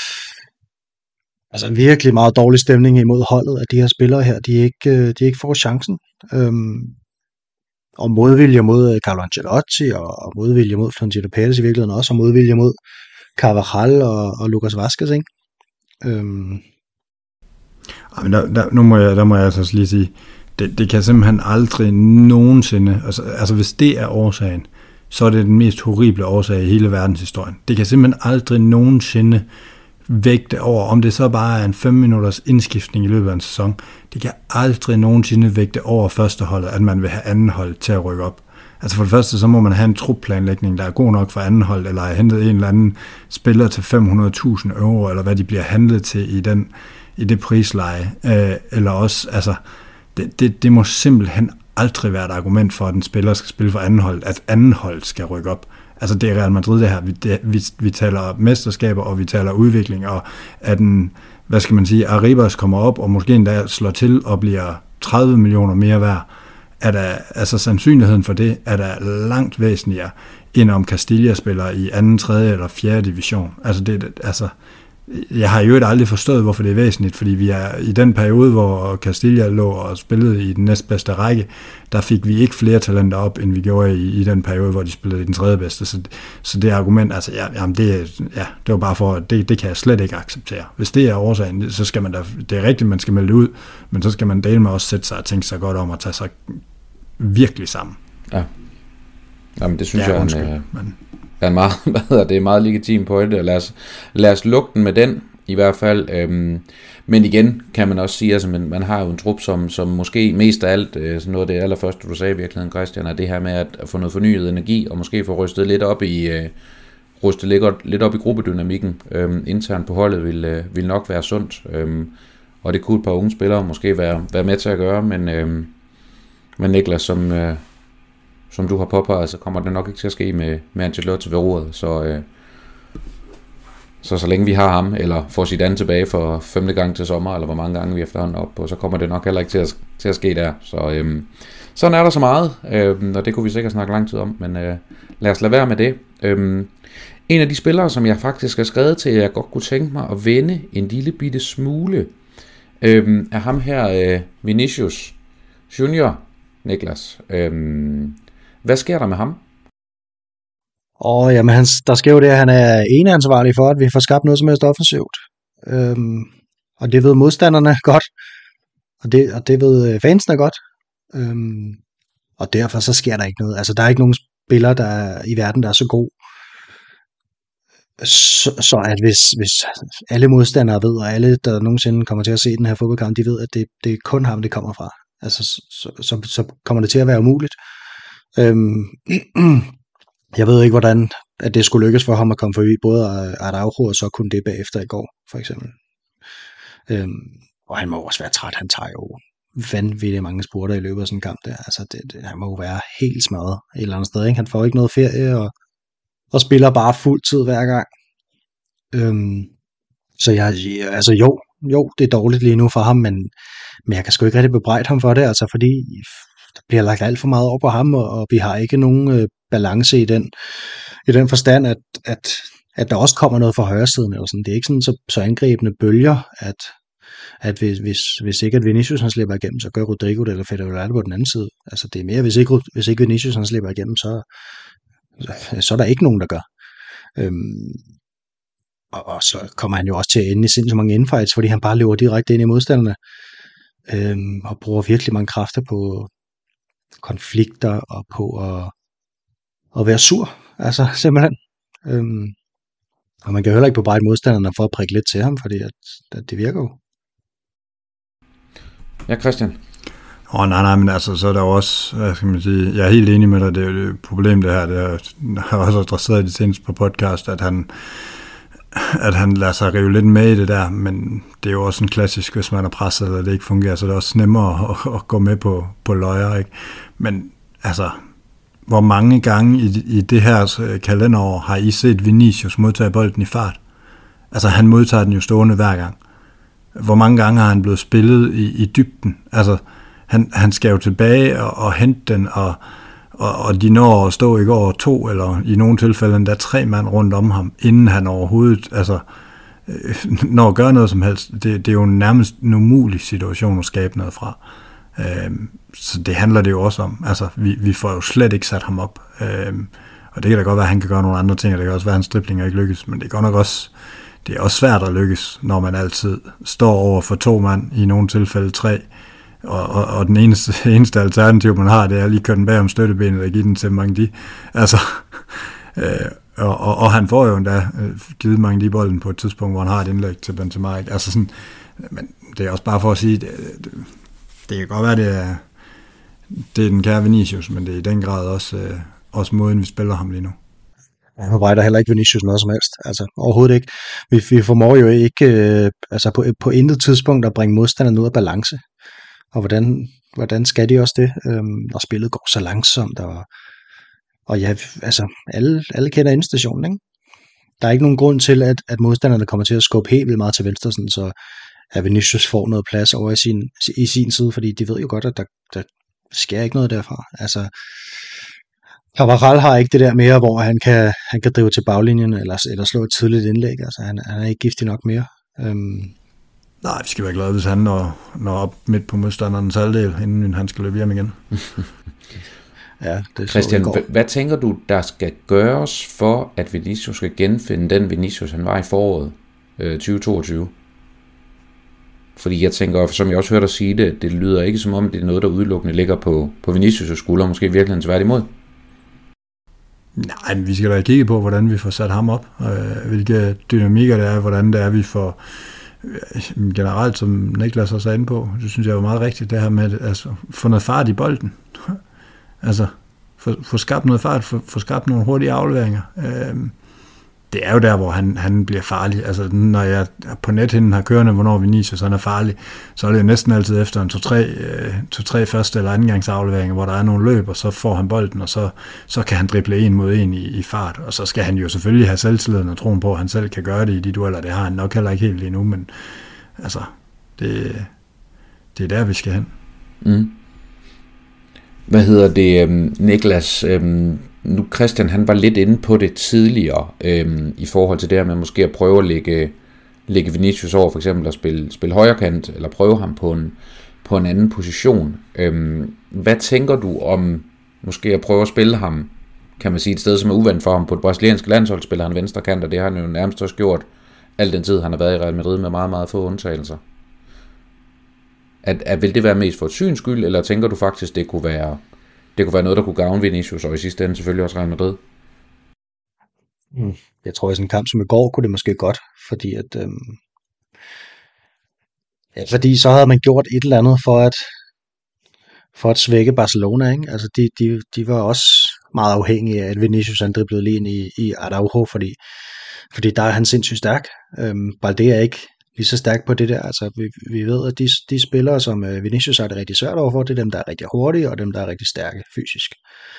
altså virkelig meget dårlig stemning imod holdet, at de her spillere her, de ikke får chancen. Og modvilje mod Carlo Ancelotti, og modvilje mod Florentino Pérez i virkeligheden også, og modvilje mod Carvajal og Lucas Vázquez, ikke? Men der må jeg altså lige sige, det kan simpelthen aldrig nogensinde, altså hvis det er årsagen, så er det den mest horrible årsag i hele verdenshistorien. Det kan simpelthen aldrig nogensinde vægte over, om det så bare er en 5 minutters indskiftning i løbet af en sæson, det kan aldrig nogensinde vægte over førsteholdet, at man vil have anden hold til at rykke op. Altså for det første, så må man have en trupplanlægning, der er god nok for anden hold, eller have hentet en eller anden spiller til 500.000 euro, eller hvad de bliver handlet til i det prisleje, eller også, altså, det må simpelthen aldrig være et argument for, at en spiller skal spille for anden hold, at anden hold skal rykke op. Altså det er Real Madrid det her, vi taler mesterskaber, og vi taler udvikling, og at hvad skal man sige, Arribas kommer op, og måske endda slår til og bliver 30 millioner mere værd, altså sandsynligheden for det er der langt væsentligere, end om Castilla spiller i 2., 3. eller 4. division. Altså jeg har jo ikke aldrig forstået, hvorfor det er væsentligt, fordi vi er i den periode, hvor Castilla lå og spillede i den næstbedste række, der fik vi ikke flere talenter op, end vi gjorde i den periode, hvor de spillede i den 3. bedste. Så det argument, altså, det var bare for, det kan jeg slet ikke acceptere. Hvis det er årsagen, så skal man da, det er rigtigt, man skal melde det ud, men så skal man dele med også sætte sig og tænke sig godt om at tage sig virkelig sammen. Ja. Jamen, det synes jeg er en meget, det er meget legitim pointe, og lad os lukke den med den, i hvert fald. Men igen kan man også sige, altså man har jo en trup, som måske mest af alt, sådan noget af det allerførste, du sagde i virkeligheden, Christian, er det her med at få noget fornyet energi, og måske få rystet lidt op i gruppedynamikken internt på holdet, vil nok være sundt. Og det kunne et par unge spillere måske være med til at gøre, men Niklas, som du har påpeget, så kommer det nok ikke til at ske med Ancelotti ved roret, så længe vi har ham, eller får Zidane tilbage for 5. gang til sommer, eller hvor mange gange vi efterhånden op på, så kommer det nok heller ikke til at ske der. Så sådan er der så meget, og det kunne vi sikkert snakke lang tid om, men lad os lade være med det. En af de spillere, som jeg faktisk har skrevet til, jeg godt kunne tænke mig at vende en lille bitte smule, er ham her, Vinicius Junior, Niklas. Hvad sker der med ham? Jamen, der sker jo det, at han er eneansvarlig for, at vi får skabt noget som helst offensivt. Og det ved modstanderne godt, og det ved fansene godt. Og derfor så sker der ikke noget. Altså, der er ikke nogen spiller i verden, der er så god. Så at hvis alle modstandere ved, og alle, der nogensinde kommer til at se den her fodboldkamp, de ved, at det er kun ham, det kommer fra. Altså, så kommer det til at være umuligt. Jeg ved ikke, hvordan at det skulle lykkes for ham at komme forbi både Araujo og så kun det bagefter i går, for eksempel. Og han må også være træt. Han tager jo vanvittigt mange spurter i løbet af sådan en kamp der. Altså, han må jo være helt smadret et eller andet sted, ikke? Han får ikke noget ferie og spiller bare fuld tid hver gang. Så jo, det er dårligt lige nu for ham, men jeg kan sgu ikke rigtig bebrejde ham for det, altså fordi der bliver lagt alt for meget over på ham, og vi har ikke nogen balance i den forstand, at der også kommer noget fra højresiden. Eller sådan. Det er ikke sådan så angrebende bølger, at hvis ikke at Vinicius han slipper igennem, så gør Rodrigo det, eller Federer på den anden side. Altså det er mere, hvis ikke Vinicius han slipper igennem, så er der ikke nogen, der gør. Og så kommer han jo også til at ende i sindssygt mange infights, fordi han bare løber direkte ind i modstanderne, og bruger virkelig mange kræfter på konflikter og på at være sur, altså simpelthen. Og man kan heller ikke bebrejde modstanderne for at prikke lidt til ham, fordi at det virker jo. Ja, Christian? Nej, men altså, så er der jo også, hvad skal man sige, jeg er helt enig med dig, det er jo et problem det her, det har også adresseret i det seneste på podcast, at han lader sig rive lidt med i det der, men det er jo også en klassisk, hvis man er presset, eller det ikke fungerer, så det er også nemmere at gå med på løjer, ikke? Men altså, hvor mange gange i det her kalenderår har I set Vinicius modtage bolden i fart? Altså, han modtager den jo stående hver gang. Hvor mange gange har han blevet spillet i dybden? Altså, han skal jo tilbage og hente den, og de når at stå ikke over 2, eller i nogle tilfælde endda 3 mand rundt om ham, inden han overhovedet når at gøre noget som helst. Det er jo nærmest en umulig situation at skabe noget fra. Så det handler det jo også om. Altså, vi får jo slet ikke sat ham op. Og det kan da godt være, at han kan gøre nogle andre ting, og det kan også være, at hans driblinger ikke lykkes, men det er godt nok også, det er også svært at lykkes, når man altid står over for 2 mand, i nogle tilfælde 3, og den eneste alternativ, man har, det er lige køre den bag om støttebenet og give den til Mangdi. Altså, og han får jo endda givet Mangdi bolden på et tidspunkt, hvor han har et indlæg til Benzema. Altså sådan, men det er også bare for at sige, det kan godt være, det er den kære Vinicius, men det er i den grad også måden, vi spiller ham lige nu. Han bebrejder heller ikke Vinicius noget som helst. Altså overhovedet ikke. Vi formår jo ikke på intet tidspunkt at bringe modstanderne ud af balance. Og hvordan skal de også det, når spillet går så langsomt? Og ja, altså alle kender endestationen, ikke? Der er ikke nogen grund til, at modstanderne kommer til at skubbe helt vildt meget til venstre, sådan, så at Vinicius får noget plads over i sin side, fordi de ved jo godt, at der sker ikke noget derfra. Altså, Carvajal har ikke det der mere, hvor han kan drive til baglinjen eller slå et tidligt indlæg. Altså, han er ikke giftig nok mere. Nej, vi skal være glade, hvis han når op midt på modstanderens halvdel, inden han skal løbe hjem igen. Ja, det Christian, hvad tænker du, der skal gøres for, at Vinicius skal genfinde den Vinicius, han var i foråret 2022? Fordi jeg tænker, som jeg også hørte dig sige det lyder ikke som om, det er noget, der udelukkende ligger på Vinicius' skulder, måske virkelig tværtimod. Nej, men vi skal da kigge på, hvordan vi får sat ham op, hvilke dynamikker det er, hvordan det er, vi får generelt, som Niklas også er inde på, det synes jeg er meget rigtigt, det her med at få noget fart i bolden. Altså, få skabt noget fart, få skabt nogle hurtige afleveringer. Det er jo der, hvor han bliver farlig. Altså, når jeg på nethinden har kørende, hvornår Vinicius han er farlig, så er det jo næsten altid efter en 2-3 første eller anden gangs afleveringer, hvor der er nogle løb, og så får han bolden, og så kan han drible 1 mod 1 i fart. Og så skal han jo selvfølgelig have selvtilliden og troen på, at han selv kan gøre det i de dueller. Det har han nok heller ikke helt lige nu, men altså, det er der, vi skal hen. Mm. Hvad hedder det, Niklas? Nu Christian, han var lidt inde på det tidligere, i forhold til det her med måske at prøve at lægge Vinicius over, for eksempel at spille højrekant, eller prøve ham på en anden position. Hvad tænker du om måske at prøve at spille ham, kan man sige, et sted, som er uvandt for ham? På et brasiliansk landshold spiller han venstre kant, og det har han jo nærmest også gjort al den tid, han har været i Real Madrid med meget, meget få undtagelser. Vil det være mest for et syns skyld, eller tænker du faktisk, det kunne være noget, der kunne gavne Vinicius, og i sidste ende selvfølgelig også Real Madrid? Jeg tror, i sådan en kamp som i går, kunne det måske godt, fordi så havde man gjort et eller andet for at svække Barcelona, ikke? Altså de var også meget afhængige af, at Vinicius han driblede lige ind i Araujo, fordi der er han sindssygt stærk. Balde er ikke lige så stærk på det der. Altså vi ved, at de spillere, som Vinicius har det rigtig svært overfor, det er dem, der er rigtig hurtige, og dem, der er rigtig stærke fysisk.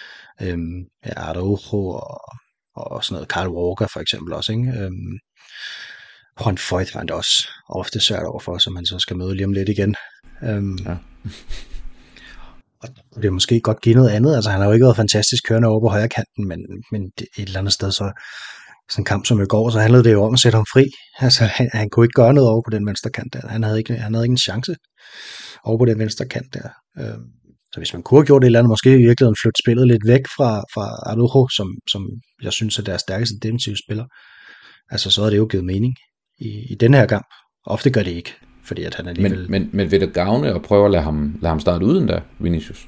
Araujo og sådan noget. Carl Walker for eksempel også, ikke? Juan Foyt har han også ofte svært overfor, som man så skal møde lige om lidt igen. Ja. Og det er måske godt give noget andet. Altså han har jo ikke været fantastisk kørende over på højre kanten, men et eller andet sted så sådan en kamp som i går, så handlede det jo om at sætte ham fri. Altså han kunne ikke gøre noget over på den venstre kant der. Han havde ikke en chance over på den venstre kant der. Så hvis man kunne have gjort et eller andet, måske i virkeligheden flytte spillet lidt væk fra Araujo, som jeg synes er deres stærkeste defensive spiller, altså så havde det jo givet mening i den her kamp. Ofte gør det ikke, fordi at han alligevel... Men vil det gavne at prøve at lade ham starte uden da, Vinicius?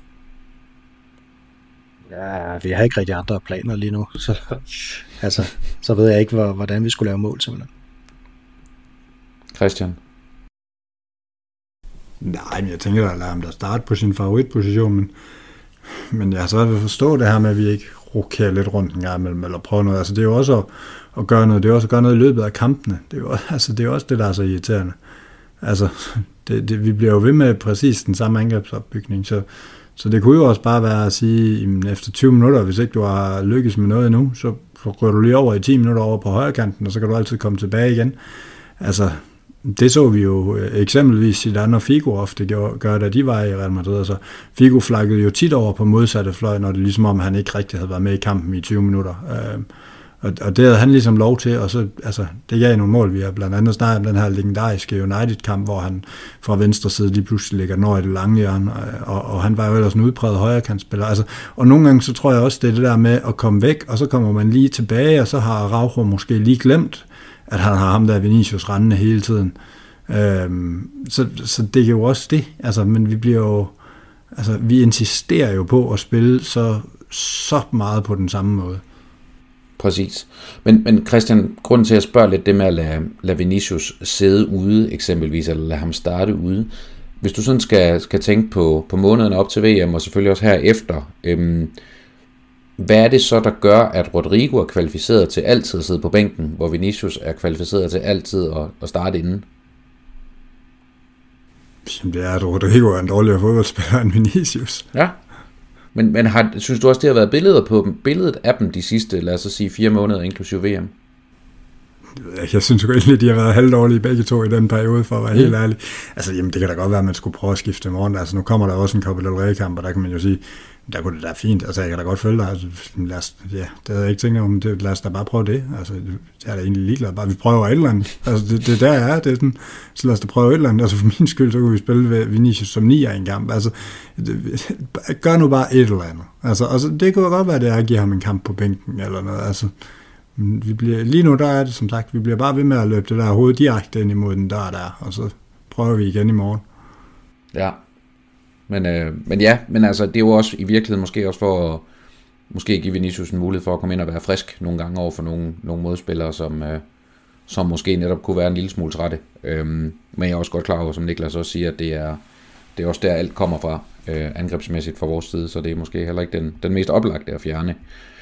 Ja, vi har ikke rigtig andre planer lige nu, så ved jeg ikke, hvordan vi skulle lave mål simpelthen. Christian? Nej, men jeg tænker at lade ham da starte på sin favoritposition, men jeg har svært ved at forstå det her med, at vi ikke rokerer lidt rundt en gang imellem, eller prøver noget. Altså det er jo også at gøre noget, det er også at gøre noget i løbet af kampene. Det er jo også det, der er så irriterende. Altså, vi bliver jo ved med præcis den samme angrebsopbygning, så Så det kunne jo også bare være at sige, jamen, efter 20 minutter, hvis ikke du har lykkes med noget endnu, så går du lige over i 10 minutter over på højre kanten, og så kan du altid komme tilbage igen. Altså, det så vi jo eksempelvis Zidane og Figo ofte gøre, da de var i Real Madrid. Altså, Figo flakkede jo tit over på modsatte fløj, når det ligesom om, han ikke rigtig havde været med i kampen i 20 minutter. Og det havde han ligesom lov til, og så, altså, det gav nogle mål. Vi har blandt andet snakket om den her legendariske United-kamp, hvor han fra venstre side lige pludselig ligger når i det lange hjørne, og han var jo ellers en udpræget højrekantspiller. Altså, og nogle gange så tror jeg også, det er det der med at komme væk, og så kommer man lige tilbage, og så har Araujo måske lige glemt, at han har ham der Vinicius rendende hele tiden. Så det er jo også det, altså, men vi bliver jo, altså, vi insisterer jo på at spille så meget på den samme måde. Præcis. Men Christian, grunden til at spørge lidt det med at lade Vinicius sidde ude eksempelvis, eller lade ham starte ude, hvis du sådan skal tænke på måneden op til VM, og selvfølgelig også herefter, hvad er det så, der gør, at Rodrigo er kvalificeret til altid at sidde på bænken, hvor Vinicius er kvalificeret til altid at starte inden? Jamen, det er, at Rodrigo er en dårligere fodboldspiller end Vinicius. Ja. Men synes du også, det har været billedet af dem de sidste, lad os så sige, 4 måneder, inklusive VM? Jeg synes jo egentlig, de har været halvdårlige begge to i den periode, for at være helt ærlig. Altså, jamen, det kan da godt være, at man skulle prøve at skifte i morgen. Altså, nu kommer der også en Copa del Rey-kamp, og der kan man jo sige, der kunne det da fint. Altså, jeg kan da godt følge dig. Altså, det havde jeg ikke tænkt om. Lad os da bare prøve det. Altså, det er da egentlig ligeglad. Bare vi prøver et eller andet. Altså, det der er. Det er sådan, så lad os da prøve et eller andet. Altså, for min skyld, så kunne vi spille Vinicius som 9'er i en kamp. Altså, gør nu bare et eller andet. Altså, det kunne godt være, det er at give ham en kamp på bænken eller noget. Altså, lige nu, der er det som sagt, vi bliver bare ved med at løbe det der hoved direkte ind imod den der, og så prøver vi igen i morgen. Ja, men altså, det er jo også i virkeligheden måske også for at måske give Vinicius en mulighed for at komme ind og være frisk nogle gange over for nogle modspillere, som måske netop kunne være en lille smule trætte. Men jeg er også godt klar over, som Niklas også siger, at det er også der alt kommer fra, angrebsmæssigt fra vores side, så det er måske heller ikke den mest oplagte at fjerne.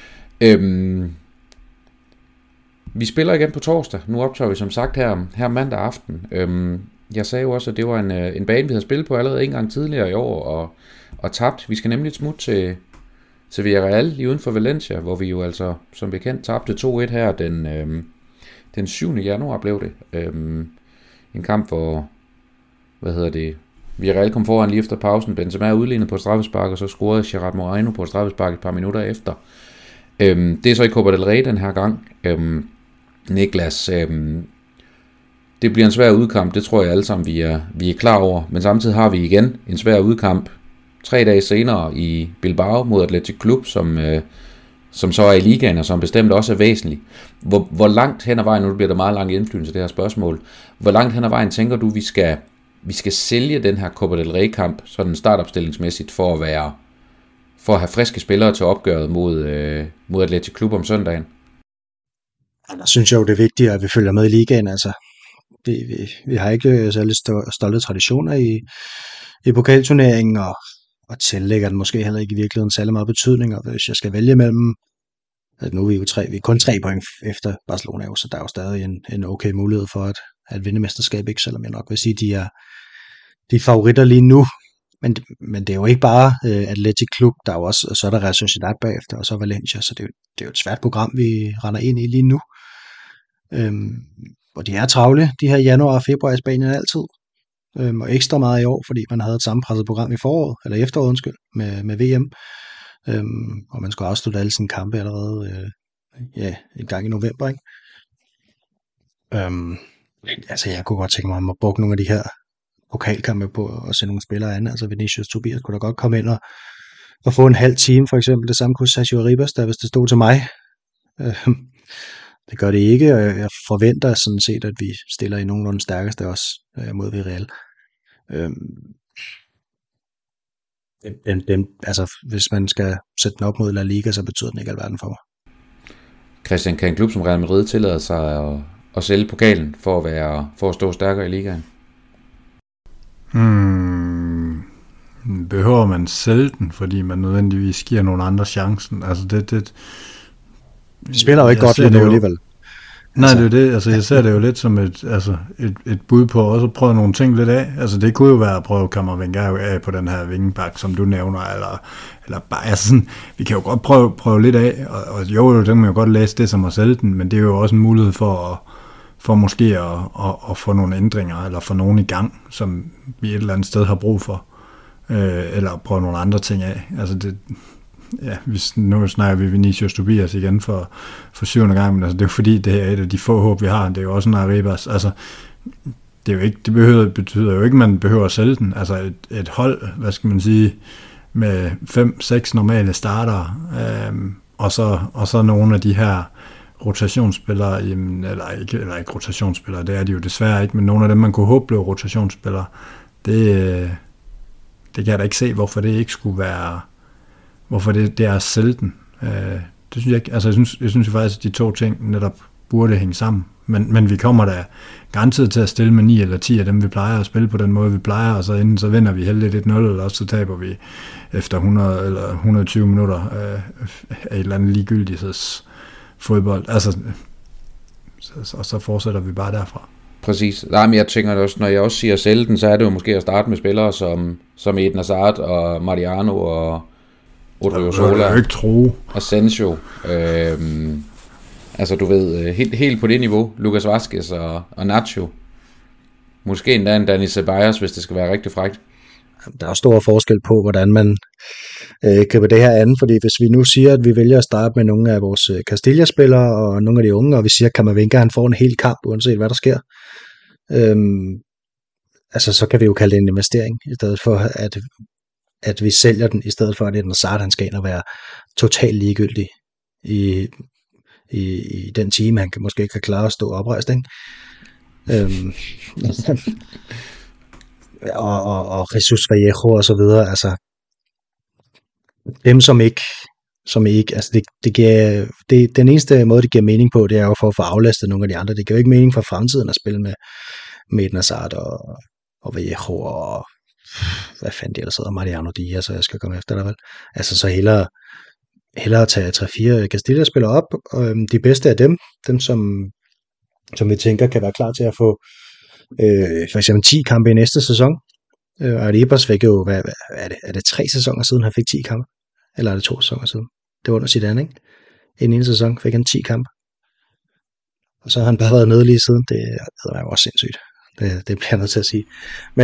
Vi spiller igen på torsdag. Nu optager vi som sagt her mandag aften. Jeg sagde jo også, at det var en bane, vi havde spillet på allerede en gang tidligere i år og tabt. Vi skal nemlig et smut til Villarreal lige uden for Valencia, hvor vi jo altså som bekendt tabte 2-1 her den 7. januar blev det. En kamp, hvor Villarreal kom foran lige efter pausen. Benzema udlignet på et straffespark, og så scorede Gerard Moreno på et straffespark et par minutter efter. Det er så i Copa del Rey den her gang. Niklas, det bliver en svær udkamp, det tror jeg alle sammen vi er klar over, men samtidig har vi igen en svær udkamp 3 dage senere i Bilbao mod Athletic Club, som så er i ligaen, og som bestemt også er væsentlig. Hvor langt hen ad vejen, nu bliver der meget lang indflydelse det her spørgsmål, hvor langt hen ad vejen tænker du, vi skal sælge den her Copa del Rey kamp, sådan startopstillingsmæssigt, for at have friske spillere til opgøret mod Athletic Club om søndagen? Der synes jeg jo, det er vigtigt, at vi følger med i ligaen. Altså, vi har ikke særlig stolte traditioner i pokalturneringen, og tillægger den måske heller ikke i virkeligheden særlig meget betydning. Og hvis jeg skal vælge mellem, altså nu er vi er kun 3 point efter Barcelona, så der er jo stadig en okay mulighed for at vinde mesterskab, ikke? Selvom jeg nok vil sige, de er favoritter lige nu. Men det er jo ikke bare Athletic Club, der er jo også, og så er der Real Sociedad bagefter, og så Valencia, så det er jo et svært program, vi render ind i lige nu. Og de er travle, de her januar og februar i Spanien altid. Og ekstra meget i år, fordi man havde et sammenpresset program i foråret, eller efteråret, undskyld, med VM. Og man skulle afslutte alle sine kampe allerede en gang i november, ikke? Altså jeg kunne godt tænke mig at bruge nogle af de her pokalkampe på at sende nogle spillere an. Altså Vinicius Tobias kunne da godt komme ind og få en halv time, for eksempel. Det samme kunne Sergio Ribas, hvis det stod til mig. Det gør det ikke, og jeg forventer sådan set, at vi stiller i nogenlunde stærkeste også mod Villarreal. Altså, hvis man skal sætte den op mod La Liga, så betyder den ikke alverden for mig. Christian, kan en klub som Real Madrid tillade sig at sælge pokalen for at stå stærkere i ligaen? Behøver man sælge den, fordi man nødvendigvis giver nogle andre chancen? Altså det spiller jo ikke godt lige nu alligevel. Nej, det er det. Altså, jeg ser det jo lidt som et bud på også at prøve nogle ting lidt af. Altså, det kunne jo være at prøve Kammervenga af på den her vingeback, som du nævner, eller bare, altså sådan, vi kan jo godt prøve lidt af, og jo, den kan man jo godt læse det som at sælge den, men det er jo også en mulighed for måske at få nogle ændringer, eller få nogen i gang, som vi et eller andet sted har brug for, eller prøve nogle andre ting af. Altså, det... Ja, nu snakker vi Vinicius Tobias igen for 7. gang, men altså, det er jo fordi, det er et af de få håb, vi har. Det er jo også en Arribas. Altså, det er jo ikke, betyder jo ikke, at man behøver at sælge den. Altså et hold, hvad skal man sige, med 5-6 normale startere, og så nogle af de her rotationsspillere, eller ikke rotationsspillere, det er de jo desværre ikke, men nogle af dem, man kunne håbe blev rotationsspillere, det kan jeg da ikke se, hvorfor det ikke skulle være, hvorfor det er at sælge den. Det synes jeg ikke. Altså, jeg synes jo faktisk, at de to ting netop burde hænge sammen. Men vi kommer da garanteret til at stille med 9 eller 10 af dem, vi plejer at spille på den måde, vi plejer, og så inden så vinder vi heldigt 1-0, eller også så taber vi efter 100 eller 120 minutter af et eller andet ligegyldigt fodbold. Altså, og så fortsætter vi bare derfra. Præcis. Nej, men jeg tænker også, når jeg også siger sælge den, så er det jo måske at starte med spillere som Eden Hazard og Mariano og Odriozola og Asensio. Altså du ved, helt på det niveau, Lucas Vazquez og Nacho. Måske endda en Dani Ceballos, hvis det skal være rigtig frækt. Der er stor forskel på, hvordan man griber det her an, fordi hvis vi nu siger, at vi vælger at starte med nogle af vores Castilla-spillere og nogle af de unge, og vi siger, at Camavinga han får en hel kamp, uanset hvad der sker, altså så kan vi jo kalde det en investering, i stedet for at vi sælger den, i stedet for at Eden Hazard han skal ind og være totalt ligegyldig i den time, han måske ikke kan klare at stå oprejst, ikke? Og Jesus Vallejo og så videre, altså dem som ikke altså den eneste måde det giver mening på, det er jo for at få aflastet nogle af de andre. Det giver jo ikke mening for fremtiden at spille med Eden Hazard og Vallejo og hvad fanden de ellers hedder, Mariano Diaz, så jeg skal komme efter dig vel. Altså så hellere tage 3-4 Castilla-spillere op, og de bedste af dem som vi tænker kan være klar til at få for eksempel 10 kampe i næste sæson. Og Arribas fik jo, hvad er det 3 sæsoner siden, han fik 10 kampe? Eller er det 2 sæsoner siden? Det var under Zidane, ikke? I den ene sæson fik han 10 kampe. Og så har han bare været nede lige siden. Det er også sindssygt. Det bliver jeg nødt til at sige.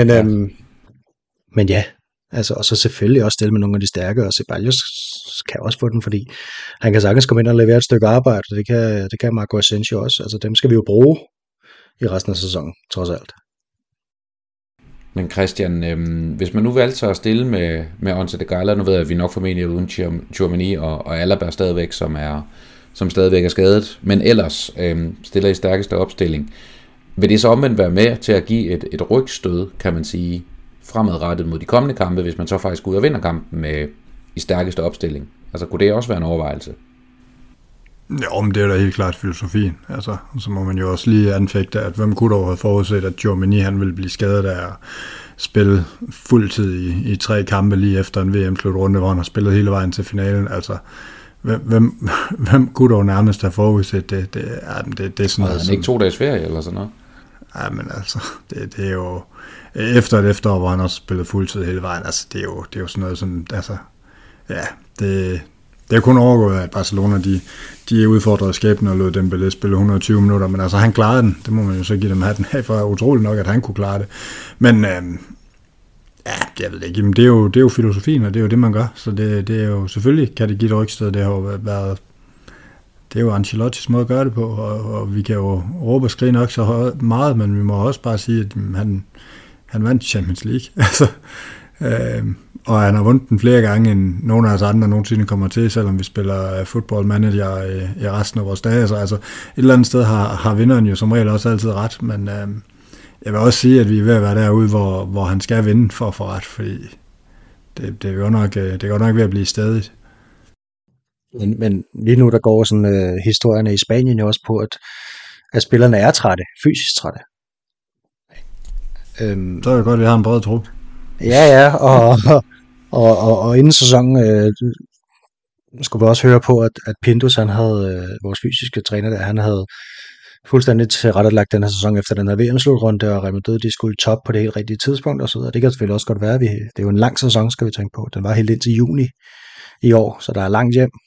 Men ja, altså, og så selvfølgelig også stille med nogle af de stærke, og Ceballos kan også få den, fordi han kan sagtens komme ind og levere et stykke arbejde, og det kan Marco Asensio også. Altså dem skal vi jo bruge i resten af sæsonen, trods alt. Men Christian, hvis man nu valgte at stille med Once de Gala, nu ved jeg, at vi nok formentlig er uden Tchouaméni og Alaba stadigvæk, som stadigvæk er skadet, men ellers stiller i stærkeste opstilling. Vil det så omvendt være med til at give et rygstød, kan man sige, fremadrettet mod de kommende kampe, hvis man så faktisk går ud og vinder kampen med i stærkeste opstilling? Altså kunne det også være en overvejelse? Jo, men det er da helt klart filosofien. Altså, så må man jo også lige anfægte, at hvem kunne dog have forudset, at Tchouaméni han ville blive skadet af at spille fuldtid i 3 kampe lige efter en VM-slutrunde, hvor han har spillet hele vejen til finalen. Altså, hvem kunne dog nærmest have forudset det? Det er sådan noget. Han ikke 2 dages ferie eller sådan noget? Ja, men altså, det er jo efter et efterår, hvor han også spillet fuldtid hele vejen. Altså, det er jo sådan noget som, altså, ja, det er kun overgået, at Barcelona, de udfordrede skæbnen og lod Dembélé spille 120 minutter, men altså han klarede den. Det må man jo så give dem hatten af, for utroligt nok, at han kunne klare det. Men ja, jeg ved ikke, men det er jo filosofien, og det er jo det, man gør. Så det er jo, selvfølgelig kan det give et rygsted, det har jo været, det er jo Ancelottis måde at gøre det på, og vi kan jo råbe og skrige nok så meget, men vi må også bare sige, at han vandt Champions League. Altså, og han har vundet den flere gange, end nogle af os andre nogensinde kommer til, selvom vi spiller football manager i resten af vores dage. Så altså, et eller andet sted har vinderen jo som regel også altid ret, men jeg vil også sige, at vi er ved at være derude, hvor han skal vinde for at få ret, fordi det er godt nok ved at blive stadigt. Men lige nu der går sådan historierne i Spanien jo også på, at spillerne er trætte, fysisk trætte. Så er det godt, at vi har en bred trup. Ja, og inden sæsonen skulle vi også høre på, at Pintus, han havde, vores fysiske træner der, han havde fuldstændig tilrettelagt den her sæson efter den her VM-slutrunde, og Real Madrid, de skulle top på det helt rigtige tidspunkt og så videre. Det kan selvfølgelig også godt være, det er jo en lang sæson, skal vi tænke på. Den var helt ind til juni i år, så der er langt hjem.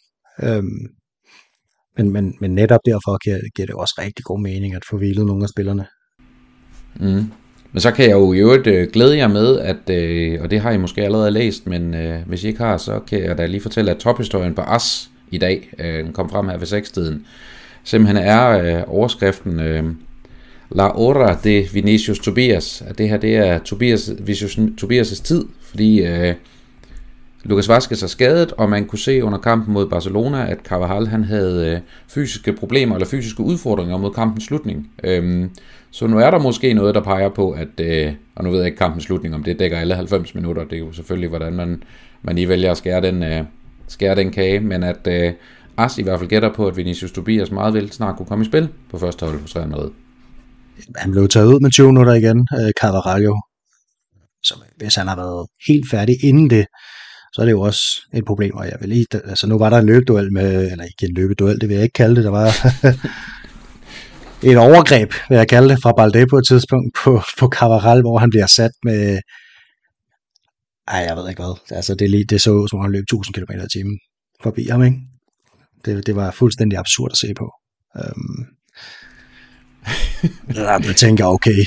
Men netop derfor giver det også rigtig god mening at få hvilet nogle af spillerne. Mm. Men så kan jeg jo i øvrigt glæde jer med, at, og det har I måske allerede læst, men hvis I ikke har, så kan jeg da lige fortælle, at tophistorien på AS i dag, den kom frem her ved 6-tiden, simpelthen er overskriften La Hora de Vinicius Tobias. At det her, det er Tobias' tid, fordi Lucas Vázquez er skadet, og man kunne se under kampen mod Barcelona, at Carvajal han havde fysiske problemer eller fysiske udfordringer mod kampens slutning. Så nu er der måske noget, der peger på, at, og nu ved jeg ikke kampens slutning, om det dækker alle 90 minutter, det er jo selvfølgelig, hvordan man lige vælger at skære den kage, men at AS i hvert fald gætter på, at Vinicius Tobias meget vel snart kunne komme i spil på første hold hos Real Madrid. Han blev taget ud med 20 minutter igen, Carvajal. Så hvis han har været helt færdig inden det, så er det jo også et problem, og jeg vil lige, altså nu var der en løbeduel med, eller ikke en løbeduel, det vil jeg ikke kalde det, der var et overgreb, vil jeg kalde det, fra Balde på et tidspunkt på Carvajal, hvor han bliver sat med, jeg ved ikke hvad, altså det så ud, som han løb 1000 km i timen forbi ham, ikke? Det var fuldstændig absurd at se på. Jeg tænker, okay,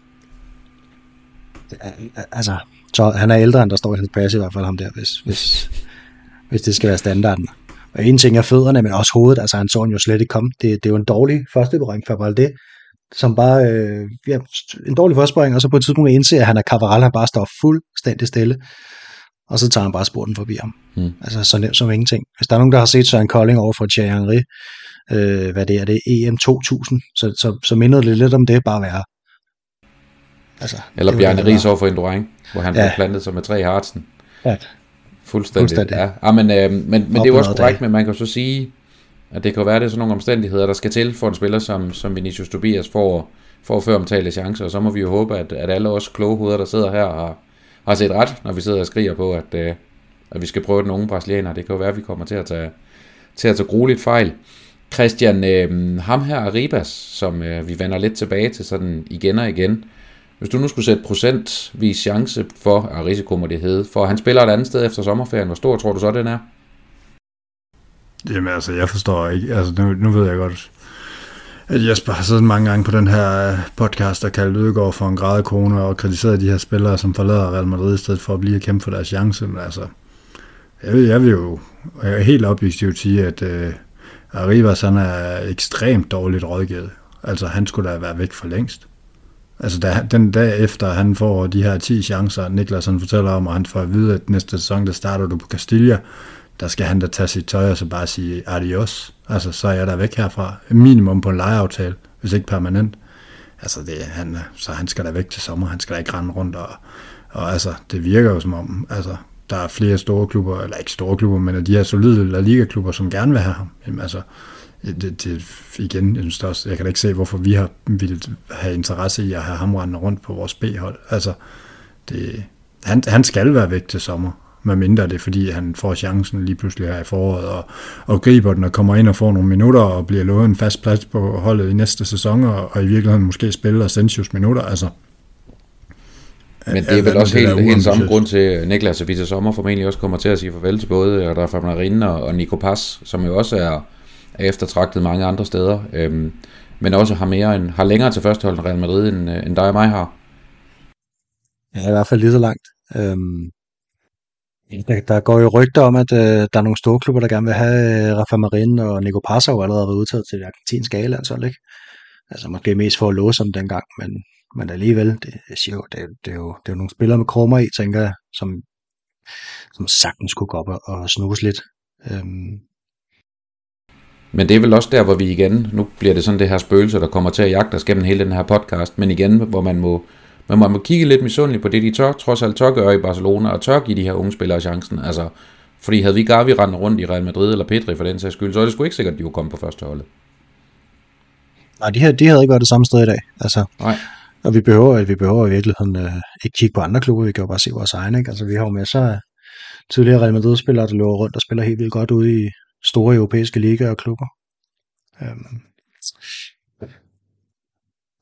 altså, så han er ældre, end der står i hans pas i hvert fald ham der, hvis det skal være standarden. Og en ting er fødderne, men også hovedet, altså han så han jo slet ikke komme. Det er jo en dårlig første berøring for Valde, som bare, en dårlig første berøring, og så på et tidspunkt indser, at han er Carvajal, han bare står fuldstændig stille, og så tager han bare spurten forbi ham. Altså så nemt som ingenting. Hvis der er nogen, der har set Søren Kolding over for Thierry Henry, hvad det er, EM 2000, så minder det lidt om det, bare være. Altså, eller Bjarne Riis over for Indurain, hvor han blev plantet sig med 3 i Hartsen. Ja. Fuldstændig. Ja, men det er jo også korrekt, men man kan så sige, at det kan være, det er sådan nogle omstændigheder, der skal til for en spiller som Vinicius Tobias for at føre omtale chancer, og så må vi jo håbe, at alle os kloge hoveder, der sidder her, har set ret, når vi sidder og skriger på, at vi skal prøve den unge brasilianer. Det kan jo være, at vi kommer til at tage grueligt fejl. Christian, ham her Arribas, som vi vender lidt tilbage til sådan igen og igen. Hvis du nu skulle sætte procentvis chance for, at risiko må det hedde, for at han spiller et andet sted efter sommerferien, hvor stor tror du så, den er? Jamen altså, jeg forstår ikke. Altså, nu ved jeg godt, at Jesper har siddet mange gange på den her podcast, der kaldt Ødegaard for en grædekone, og kritiseret de her spillere, som forlader Real Madrid i stedet for at blive og kæmpe for deres chance. Men altså, jeg vil jo helt objektivt sige, at Arribas, han er ekstremt dårligt rådgivet. Altså, han skulle da være væk for længst. Altså den dag efter han får de her 10 chancer, Niklas han fortæller om, og han får at vide, at næste sæson, der starter du på Castilla, der skal han da tage sit tøj og så bare sige adios. Altså så er jeg der væk herfra. Minimum på en lejeaftale, hvis ikke permanent. Altså så han skal da væk til sommer, han skal da ikke rende rundt, og altså det virker jo som om, altså der er flere store klubber, eller ikke store klubber, men de her solide La Liga-klubber, som gerne vil have ham. Jamen altså, igen, jeg kan da ikke se, hvorfor vi har vildt have interesse i at have ham rendende rundt på vores B-hold. Altså, han skal være væk til sommer, medmindre det er, fordi han får chancen lige pludselig her i foråret, og griber den og kommer ind og får nogle minutter, og bliver lovet en fast plads på holdet i næste sæson, og i virkeligheden måske spiller Asensios minutter, altså. Men det er vel også helt samme grund til, Niklas og vi til sommer formentlig også kommer til at sige farvel til både Rafa Marin og Nico Paz, som jo også er eftertragtet mange andre steder, men også har længere til førsteholdet Real Madrid, end dig og mig har. Ja, i hvert fald lige så langt. Der går jo rygter om, at der er nogle store klubber, der gerne vil have Rafa Marin, og Nico Paz har allerede været udtaget til det argentinske A-landshold, ikke? Altså måske mest for at låse om dengang, men alligevel, det er jo nogle spillere med krummer i, tænker jeg, som sagtens kunne gå op og snuse lidt. Men det er vel også der, hvor vi igen, nu bliver det sådan det her spøgelse, der kommer til at jagte os gennem hele den her podcast, men igen, hvor man må kigge lidt misundeligt på det, de trods alt tør gøre i Barcelona, og tør give de her unge spillere chancen. Altså, fordi havde vi Gavi rendt rundt i Real Madrid, eller Pedri for den sags skyld, så er det sgu ikke sikkert, at de kunne komme på første holdet. Nej, de havde ikke været det samme sted i dag. Altså, nej. Og vi behøver i virkeligheden ikke kigge på andre klubber, vi kan jo bare se vores egne, ikke? Altså, vi har jo masser af tidligere Real Madrid-spillere, der løber rundt og spiller helt vildt godt ude i store europæiske ligaer og klubber.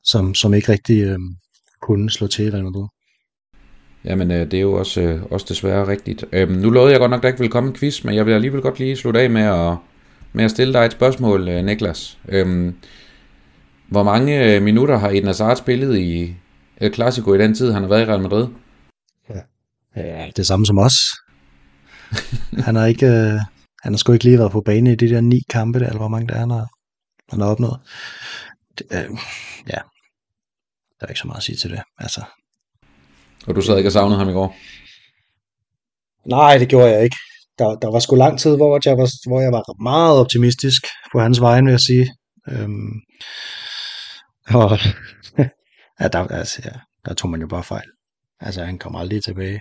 som ikke rigtig kunne slå til Real Madrid. Jamen, det er jo også desværre rigtigt. Nu lovede jeg godt nok, der ikke ville komme en quiz, men jeg vil alligevel godt lige slutte af med at stille dig et spørgsmål, Niklas. Hvor mange minutter har Eden Hazard spillet i El Clasico i den tid, han har været i Real Madrid? Ja, det samme som os. Han har sgu ikke lige været på bane i de der 9 kampe, eller hvor mange der er, han har opnået. Ja, der er ikke så meget at sige til det. Altså. Og du sad ikke og savnede ham i går? Nej, det gjorde jeg ikke. Der var sgu lang tid, hvor jeg var meget optimistisk på hans vegne, vil jeg sige. Og ja, der tog man jo bare fejl. Altså, han kom aldrig tilbage.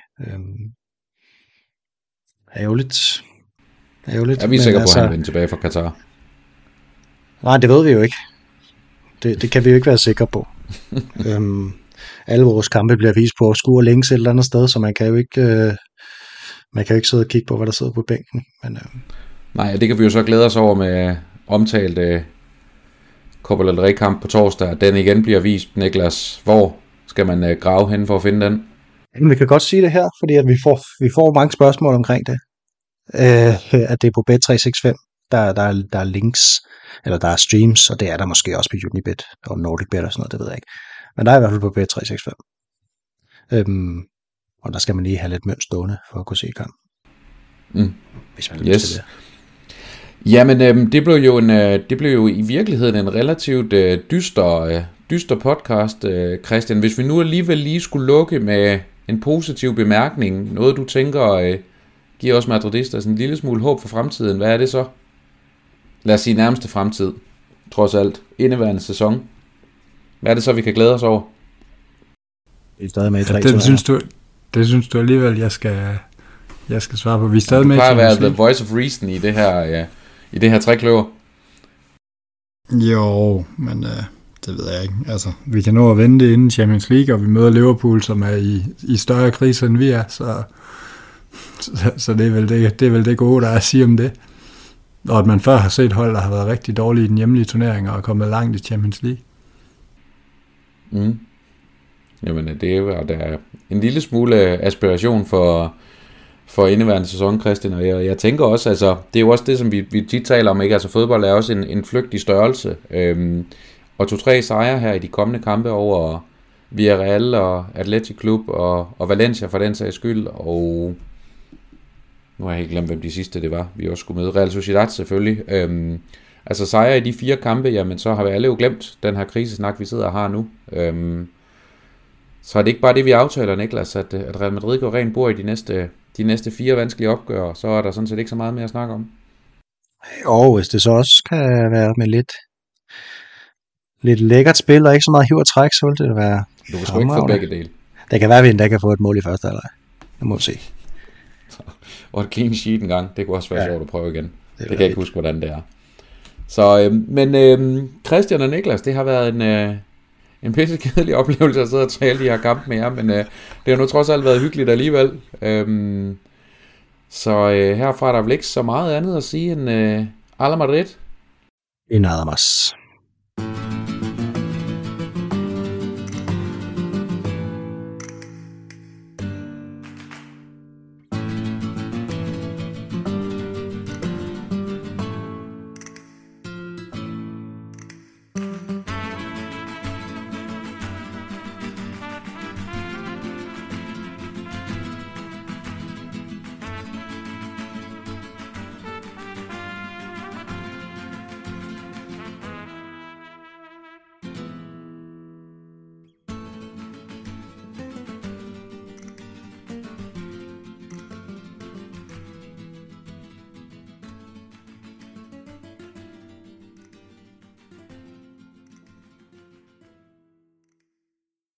Ærgerligt. Er vi sikre på, at han vender tilbage fra Katar? Nej, det ved vi jo ikke. Det kan vi jo ikke være sikre på. Alle vores kampe bliver vist på skue og længes et eller andet sted, så man kan jo ikke sidde og kigge på, hvad der sidder på bænken. Men, nej, det kan vi jo så glæde os over med omtalt Copa del Rey-kamp på torsdag. Den igen bliver vist, Niklas. Hvor skal man grave hen for at finde den? Vi kan godt sige det her, fordi at vi får mange spørgsmål omkring det. At det er på Bet365, der er links, eller der er streams, og det er der måske også på Unibet og Nordic Bet og sådan noget, det ved jeg ikke. Men der er i hvert fald på Bet365. Og der skal man lige have lidt mønt stående for at kunne se kampen. Hvis man yes. Til det. Jamen, det blev jo i virkeligheden en relativt dyster podcast, Christian. Hvis vi nu alligevel lige skulle lukke med en positiv bemærkning, noget du tænker giver os madridister sådan en lille smule håb for fremtiden, hvad er det så? Lad os sige nærmeste fremtid, trods alt, indeværende sæson. Hvad er det så, vi kan glæde os over? Det er stadig med i 3. Det synes du alligevel, jeg skal svare på. Vi er stadig med i 3. Det plejer at være the voice of reason i det her trekløver. Jo, men det ved jeg ikke. Altså, vi kan nå at vente inden Champions League, og vi møder Liverpool, som er i større krise, end vi er. Så det er vel det gode, der er at sige om det. Og at man før har set hold, der har været rigtig dårlige i den hjemlige turnering, og er kommet langt i Champions League. Jamen, det er jo, der er en lille smule aspiration for indeværende sæson, Christian, og jeg tænker også, altså, det er jo også det, som vi tit taler om, ikke? Altså, fodbold er også en flygtig størrelse, og 2-3 sejre her i de kommende kampe over Villarreal og Athletic Club og Valencia for den sags skyld, og nu har jeg helt glemt, hvem de sidste det var, vi også skulle møde, Real Sociedad selvfølgelig. Altså sejre i de 4 kampe, jamen så har vi alle jo glemt den her krisesnak, vi sidder og har nu. Så er det ikke bare det, vi aftaler, Niklas, at Real Madrid går rent bord i de næste 4 vanskelige opgør, så er der sådan set ikke så meget mere at snakke om. Og hvis det så også kan være med lidt lækkert spil, og ikke så meget hiv og træk, så vil det være... Du kan sgu ikke få begge dele. Det kan være, at vi endda kan få et mål i første halvleg. Det må vi se. Og et clean sheet en gang, det kunne også være sjovt at prøve igen. Det kan jeg ikke huske, hvordan det er. Så, men Christian og Niklas, det har været en pisse kedelig oplevelse at sidde og tale de her kampe med jer, men det har nu trods alt været hyggeligt alligevel. Så herfra er der vel ikke så meget andet at sige end Ala Madrid. En nada más.